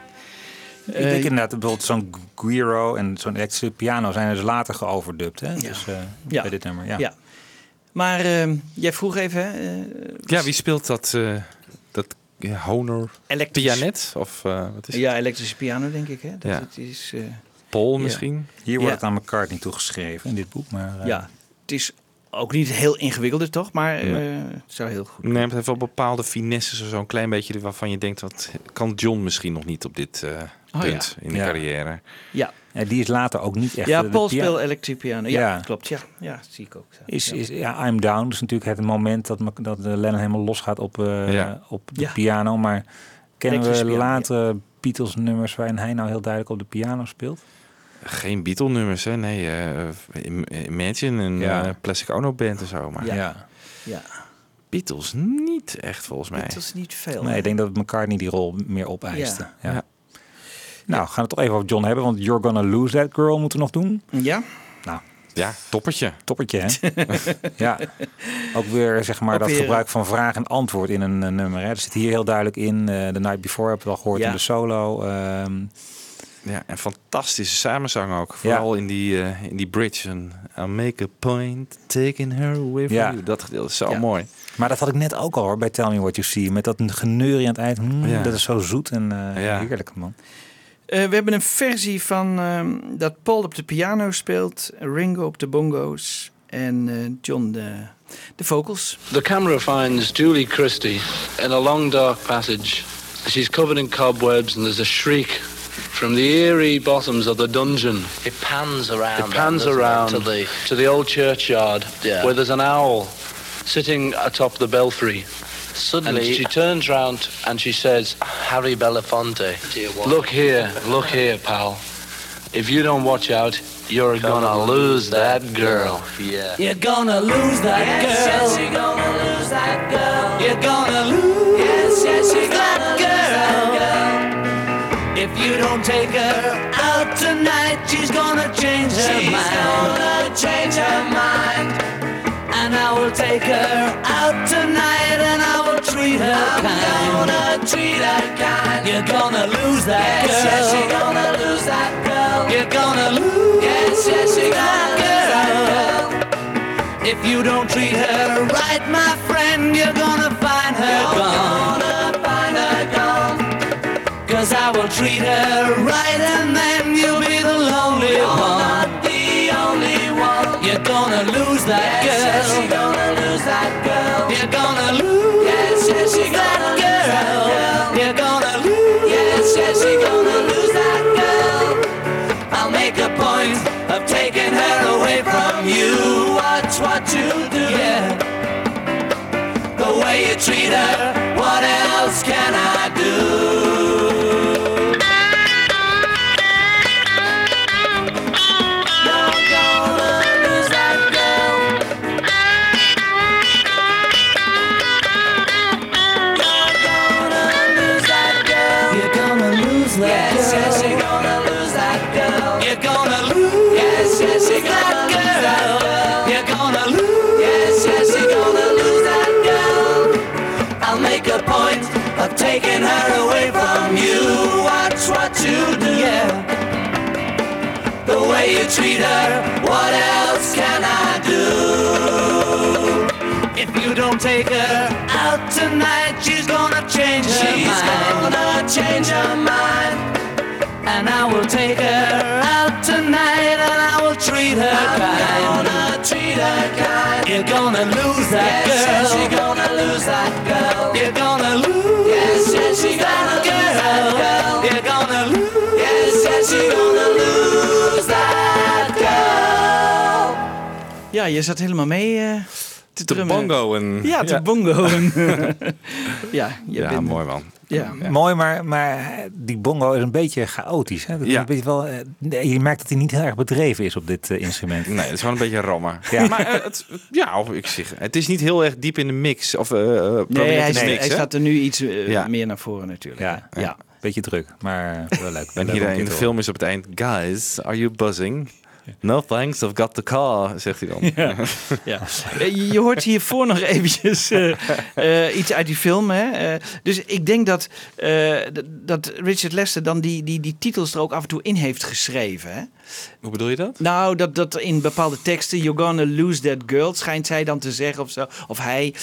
Ik denk inderdaad, bijvoorbeeld zo'n guiro en zo'n elektrische piano zijn dus later geoverdubt. Hè? Ja. Dus uh, Ja. bij dit nummer, ja. Ja. Maar uh, jij vroeg even, hè? Uh, Ja, wie speelt dat, uh, dat ja, Honor Elektrisch. pianet? Of uh, wat is het? Ja, elektrische piano, denk ik. Hè? Dat Ja. het is, uh, Paul ja. misschien? Hier wordt Ja. het aan McCartney toegeschreven in dit boek. Maar, uh, Ja, het is ook niet heel ingewikkelder, toch? Maar uh, het zou heel goed. Nee, het heeft wel bepaalde finesses of zo. Een klein beetje waarvan je denkt, wat kan John misschien nog niet op dit uh, Oh, punt ja. in de Ja. carrière. Ja, ja, die is later ook niet echt... ja de Paul pia- speelt elektrische piano. Ja, Ja. klopt. Ja, ja, dat zie ik ook. Zo. Is, ja. is, ja, I'm Down. Dus natuurlijk het moment dat, Mc- dat Lennon helemaal losgaat op, uh, Ja. op de Ja. piano. Maar kennen we Elektrische piano, latere Beatles nummers waarin hij nou heel duidelijk op de piano speelt? Geen Beatle-nummers, hè? Nee, uh, Imagine en Ja. uh, Plastic Ono Band en zo. Maar Ja. Ja, Beatles niet echt, volgens mij. dat is niet veel. Nee, ik denk dat McCartney die rol meer opeiste. Ja. Ja. Ja. Nou, gaan we het toch even over John hebben, want You're Gonna Lose That Girl moeten we nog doen. Ja? Nou, Ja, toppertje. toppertje, hè? Ja. Ook weer, zeg maar, Ook dat weer, gebruik van vraag en antwoord in een uh, nummer. Hè. Dat zit hier heel duidelijk in. Uh, The Night Before hebben we al gehoord Ja. in de solo. Um, Ja, en fantastische samenzang ook. Vooral in, die, uh, in die bridge. En I'll make a point taking her away from Ja. you. Dat gedeelte is zo Ja. mooi. maar dat had ik net ook al hoor, bij Tell Me What You See. Met dat geneurie aan het eind. Mm, Ja. Dat is zo zoet en uh, Ja. heerlijk, man. Uh, we hebben een versie van um, dat Paul op de piano speelt, Ringo op de bongo's en uh, John de, de vocals. The camera finds Julie Christie in a long dark passage. She's covered in cobwebs and there's a shriek from the eerie bottoms of the dungeon. It pans around. It pans then, doesn't it, around to the to the old churchyard Yeah. where there's an owl sitting atop the belfry. Suddenly, And she turns round and she says, Harry Belafonte. look here, look here, pal. If you don't watch out, you're gonna, Gonna lose that girl. Yeah. You're gonna lose that girl. Yes, you're gonna lose that girl. You're gonna lose. Yes, yes, you're gonna lose that girl. If you don't take her out tonight, she's gonna change her She's mind. gonna change her mind. And I will take her out tonight, and I will treat her I'm kind. gonna treat her kind. You're gonna lose that Yes, girl. yes, you're gonna lose that girl. You're gonna lose. Yes, yes, you're gonna lose that girl. If you don't treat her right, my friend, you're gonna find her You're gone. gonna find her gone. Cause I will treat her right, and then you'll be the lonely You're one. not the only one. You're gonna lose that Yes, girl. yes, you're gonna lose that girl. You're gonna lose. Yes, yes, you're that gonna girl. lose that girl. You're gonna lose. Yes, yes, you're gonna lose that girl. I'll make a point of taking her away from you. Watch what you do. Yeah. The way you treat her, what else can I do? You're gonna lose that girl. You're gonna lose that girl. You're gonna lose that Yes, girl. yes, you're gonna lose that girl. You're gonna lose. Yes, yes, you're gonna lose that girl. You're gonna lose. Yes, yes, you're gonna lose that girl. I'll make a point of taking her away from you. Watch what you do. Yeah. The way you treat her, what else can I do? If you don't take her out tonight, she's gonna change her She's mind. gonna change her mind. And I will take her out tonight, and I will treat her I'm kind. gonna treat her kind. You're gonna lose that Yes, yes, girl. you're gonna lose that girl. You're gonna lose. Yes, yes, you're gonna lose that girl. You're gonna lose. Yes, yes, you're gonna lose that girl. Ja, je zat helemaal mee eh, te De drummen. bongo en... Ja, te bongo. ja, je Ja, bent, mooi man. Ja. Mooi, maar, maar die bongo is een beetje chaotisch. Hè? Dat is Ja. een beetje wel, eh, nee, je merkt dat hij niet heel erg bedreven is op dit eh, instrument. Nee, het is gewoon een beetje rammer. Ja. Maar eh, het, ja, of ik zeg, het is niet heel erg diep in de mix. Of, eh uh, Nee, hij, in de nee, mix, hij hè? staat er nu iets eh, Ja. meer naar voren natuurlijk. Ja, ja. ja. Beetje druk, maar wel leuk. En Leuk hier om in te de horen. film is op het eind... Guys, are you buzzing? No thanks, I've got the car, zegt hij dan. Ja. Ja. Eh, Je je hoort hiervoor nog eventjes eh, eh, iets uit die film. Hè? Eh, dus ik denk dat, eh, d- dat Richard Lester dan die, die, die titels er ook af en toe in heeft geschreven. Hè? Hoe bedoel je dat? Nou, dat, dat in bepaalde teksten, you're gonna lose that girl, schijnt zij dan te zeggen of zo. Of hij.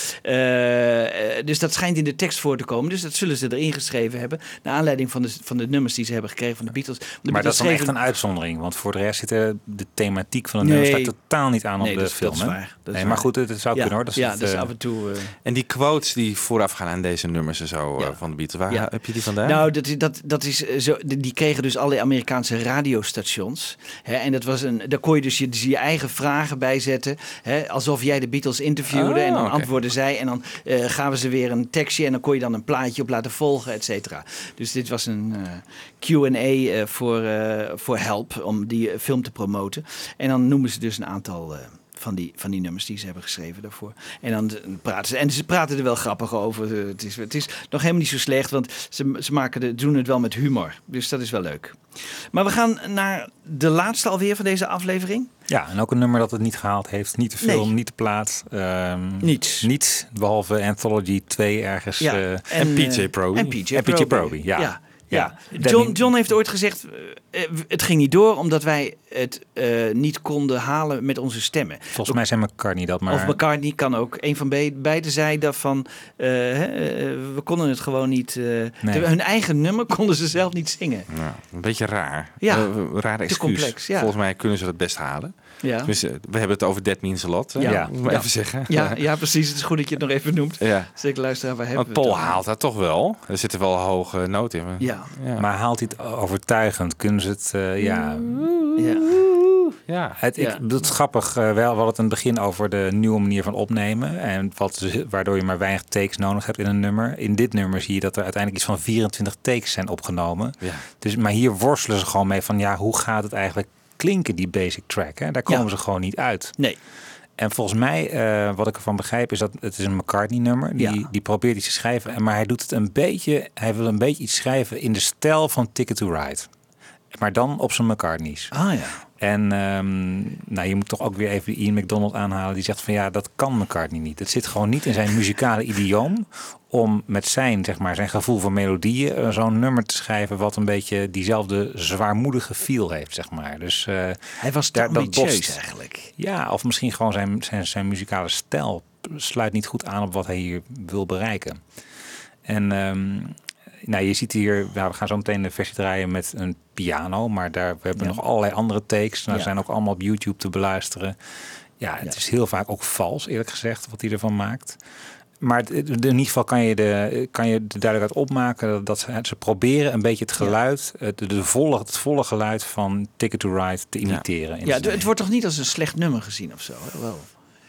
Eh, eh, dus dat schijnt in de tekst voor te komen. Dus dat zullen ze erin geschreven hebben. Naar aanleiding van de, van de nummers die ze hebben gekregen van de Beatles. De Maar Beatles dat is dan echt schreven- een uitzondering, want voor de rest zit de, de thematiek van de Nee. nummers staat totaal niet aan Nee, op de dat is- film. dat is hè? waar, dat is nee, waar. maar goed, het, het zou ja, kunnen hoor. Dat is ja, het, dus eh, af en toe. eh, En die quotes die voorafgaan aan deze nummers en zo Ja. eh, van de Beatles, waar Ja. heb je die vandaan? Nou, dat, is- dat, dat is eh, zo. Die die kregen dus allerlei Amerikaanse radiostations. Hè, en dat was een, daar kon je dus je, dus je eigen vragen bij zetten. Hè, alsof jij de Beatles interviewde. Oh, en dan oké. antwoorden zij. En dan eh, gaven ze weer een tekstje. En dan kon je dan een plaatje op laten volgen, et cetera. Dus dit was een eh, Q en A eh, voor, eh, voor Help. Om die eh, film te promoten. En dan noemen ze dus een aantal... eh, van die, van die nummers die ze hebben geschreven daarvoor. En dan eh, praten ze. En ze praten er wel grappig over. Eh, Het is, het is nog helemaal niet zo slecht, want ze, ze maken de, doen het wel met humor. Dus dat is wel leuk. Maar we gaan naar de laatste alweer van deze aflevering. Ja, en ook een nummer dat het niet gehaald heeft. Niet de film, Nee. niet de plaat. ehm, Niets. Niets, behalve Anthology twee ergens. Ja. eh, en P J eh, Proby. En P J En P J Proby. Proby, ja. ja. Ja. Ja. John, John heeft ooit gezegd, eh, eh, het ging niet door omdat wij het eh, niet konden halen met onze stemmen. volgens mij zijn McCartney dat, maar... Of McCartney kan ook. Een van be- beiden zei dat van, eh, hè, eh, we konden het gewoon niet... eh, Nee. de- hun eigen nummer konden ze zelf niet zingen. Ja, een beetje raar. Ja, Eh, een raar excuus. complex, ja. Volgens mij kunnen ze dat best halen. Ja. Dus, eh, we hebben het over That Means a Lot. hè? Ja. Ja. Moet ik Ja. even zeggen. Ja, ja, precies. Het is goed dat je het nog even noemt. Ja. Zeker luisteraar, waar hebben Want we het Paul over? haalt dat toch wel. Er zitten wel hoge noten in. Ja. Ja. Maar haalt hij het overtuigend? Kunnen ze het, eh, ja... Ja. Ja. Het, ik, Ja. Het is grappig, uh, wel, we hadden het in het begin over de nieuwe manier van opnemen. En wat, waardoor je maar weinig takes nodig hebt in een nummer. In dit nummer zie je dat er uiteindelijk iets van vierentwintig takes zijn opgenomen. Ja. Dus, maar hier worstelen ze gewoon mee van ja, hoe gaat het eigenlijk klinken, die basic track. Hè? Daar komen Ja. ze gewoon niet uit. Nee. En volgens mij, uh, wat ik ervan begrijp, is dat het is een McCartney-nummer. Die, Ja. die probeert iets te schrijven. En, maar hij doet het een beetje, hij wil een beetje iets schrijven in de stijl van Ticket to Ride. Maar dan op zijn McCartney's. Ah ja. En um, nou, je moet toch ook weer even Ian McDonald aanhalen. Die zegt van ja, dat kan McCartney niet. Het zit gewoon niet in zijn muzikale idioom om met zijn, zeg maar, zijn gevoel voor melodieën uh, zo'n nummer te schrijven wat een beetje diezelfde zwaarmoedige feel heeft, zeg maar. Dus uh, hij was te ambitieus eigenlijk. Ja, of misschien gewoon zijn, zijn, zijn muzikale stijl sluit niet goed aan op wat hij hier wil bereiken. En um, nou, je ziet hier, nou, we gaan zo meteen de versie draaien met een piano, maar daar we hebben ja. nog allerlei andere takes. Nou, ja. zijn ook allemaal op YouTube te beluisteren. Ja, het ja. is heel vaak ook vals, eerlijk gezegd, wat hij ervan maakt. Maar het, in ieder geval kan je de, kan je de duidelijkheid opmaken dat, dat ze, ze proberen een beetje het geluid, ja. het, de volle, het volle geluid van Ticket to Ride te imiteren. Ja, ja het, het wordt toch niet als een slecht nummer gezien of zo? Wel.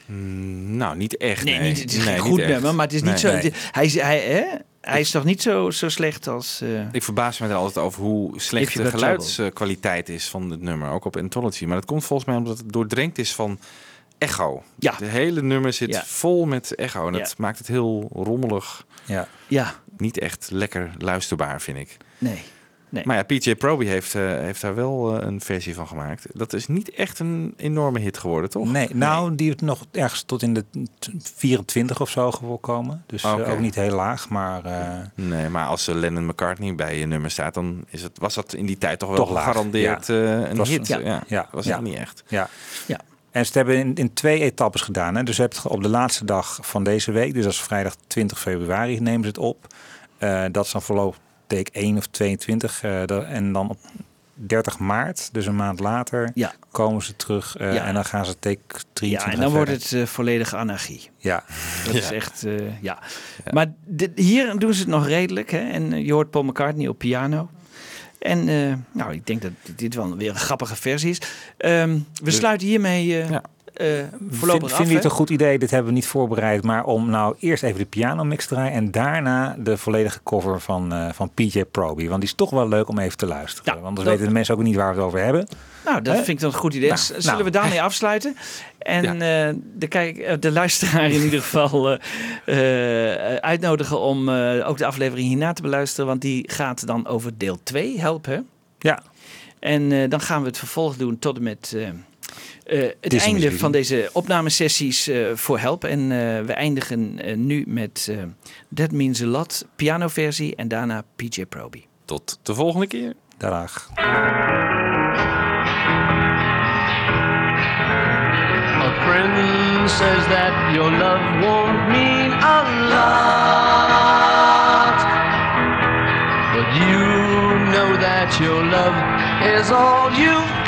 Mm, nou, niet echt. Nee, nee. niet, het is nee, geen goed echt. nummer, maar het is niet nee, zo. Nee. Het, hij, is, hij, hè? hij is toch niet zo, zo slecht als. Uh, ik verbaas me er altijd over hoe slecht de geluidskwaliteit is van het nummer, ook op Anthology. Maar dat komt volgens mij omdat het doordrenkt is van echo. Ja. De hele nummer zit ja. vol met echo. En dat ja. maakt het heel rommelig. Ja. ja. Niet echt lekker luisterbaar, vind ik. Nee. Nee. Maar ja, P J Proby heeft, uh, heeft daar wel uh, een versie van gemaakt. Dat is niet echt een enorme hit geworden, toch? Nee, nou, nee. die is nog ergens tot in de vierentwintig of zo gekomen. Dus okay. uh, ook niet heel laag, maar... Uh... Nee, maar als uh, Lennon McCartney bij je nummer staat, dan is het, was dat in die tijd toch wel toch gegarandeerd ja. uh, een was, hit. Ja, ja. ja. was ja. het niet echt. Ja. ja. En ze hebben in, in twee etappes gedaan. Hè? Dus je hebt op de laatste dag van deze week, dus dat is vrijdag twintig februari, nemen ze het op. Uh, dat is dan voorlopig take één of tweeëntwintig. Uh, de, en dan op dertig maart, dus een maand later, ja. komen ze terug. Uh, ja. En dan gaan ze take drieëntwintig. Ja, en dan wordt het uh, volledige anarchie. Ja. Dat ja. is echt, uh, ja. ja. Maar dit, hier doen ze het nog redelijk. Hè? En uh, je hoort Paul McCartney op piano. En uh, nou, ik denk dat dit wel weer een grappige versie is. Um, we de, sluiten hiermee uh, ja. uh, voorlopig Vind, af. Vind je het een goed idee? Dit hebben we niet voorbereid. Maar om nou eerst even de pianomix te draaien. En daarna de volledige cover van, uh, van P J Proby. Want die is toch wel leuk om even te luisteren. Ja, want anders dat... weten de mensen ook niet waar we het over hebben. Nou, dat He? vind ik dan een goed idee. Nou, Zullen nou. we daarmee afsluiten? En ja. uh, de, kijk, de luisteraar in ieder geval uh, uh, uitnodigen om uh, ook de aflevering hierna te beluisteren. Want die gaat dan over deel twee, Help, hè? Ja. En uh, dan gaan we het vervolg doen tot en met uh, uh, het Disney einde van deze opnamesessies uh, voor Help. En uh, we eindigen uh, nu met uh, That Means a Lot, pianoversie en daarna P J Proby. Tot de volgende keer. Dag. A friend says that your love won't mean a lot, but you know that your love is all you've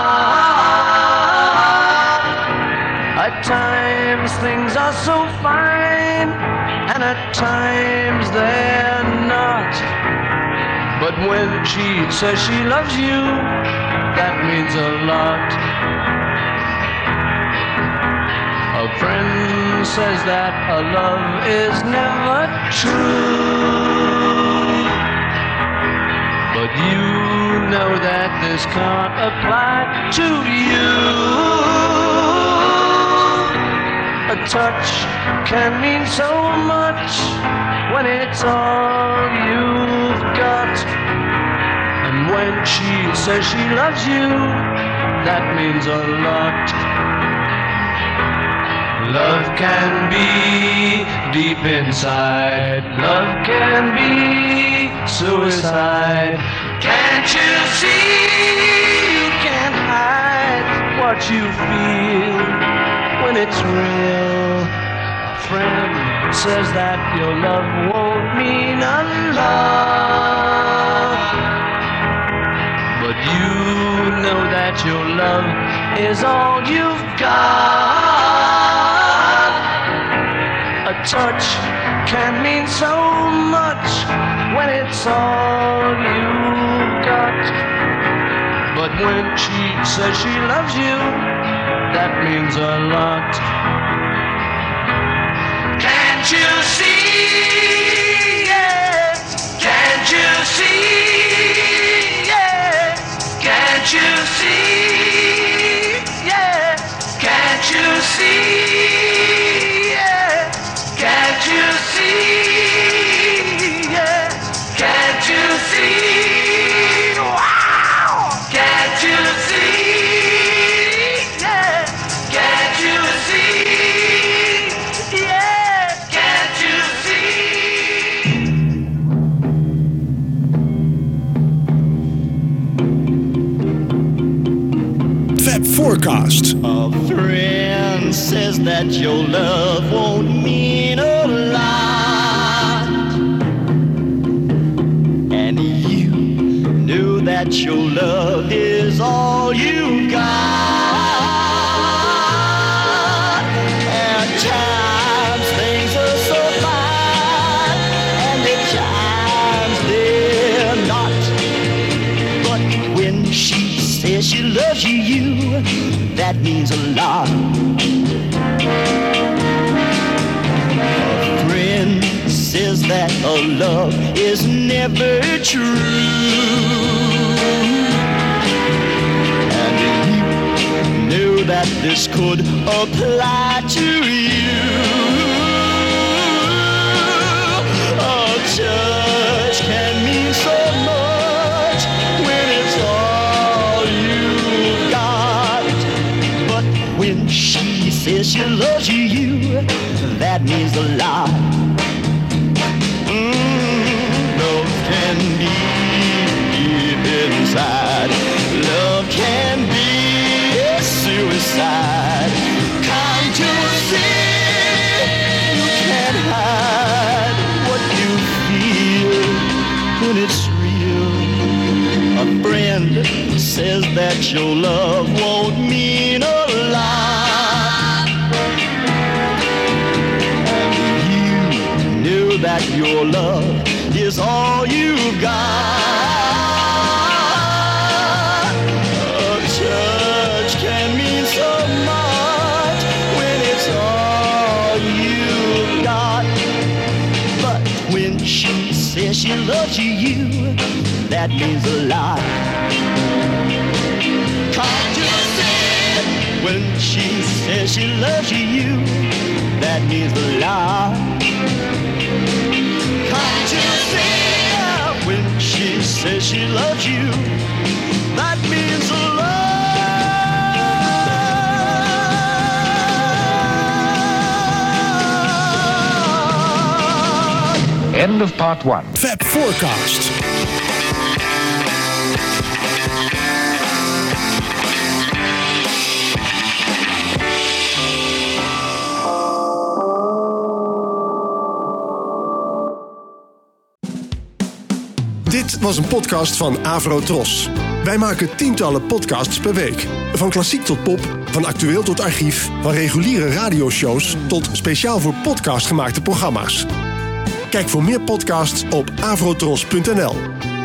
got. At times things are so fine, and at times they're not. But when she says she loves you, that means a lot. A friend says that a love is never true, but you know that this can't apply to you. A touch can mean so much when it's all you've got. And when she says she loves you, that means a lot. Love can be deep inside. Love can be suicide. Can't you see? You can't hide what you feel when it's real. A friend says that your love won't mean a lot, but you know that your love is all you've got. A touch can mean so much when it's all you've got, but When she says she loves you, that means a lot. Can't you see? Yeah. Can't you see? Yeah. Can't you see? Yeah. Can't you see? Yeah. Can't you see? Yeah. Can't you see? Wow. Can't you see? Yeah. Can't you see? Yeah. Can't you see? Fab Forecast. A friend says that your love won't mean a lot, and you knew that your love is all you got. At times things are so fine, and at times they're not. But when she says she loves you, you, that means a lot. A friend says that a love is never true, and you knew that this could apply to you. A touch can mean so much when it's all you've got, but when she says she loves you, you, that means a lot. Mm, love can be deep inside. Love can be a suicide. Can't you see? You can't hide what you feel when it's real. A friend says that your love won't mean a lot, and you knew that your love is all you've got. A touch can mean so much when it's all you've got, but when she says she loves you, you, that means a lot. Can't you see? When she says she loves you, you, that means a lot. Can't you see? When she says she loves you, that means a lot. End of part one. Fab Forecast. Dit was een podcast van Avrotros. Wij maken tientallen podcasts per week. Van klassiek tot pop, van actueel tot archief, van reguliere radioshows tot speciaal voor podcast gemaakte programma's. Kijk voor meer podcasts op avrotros punt n l.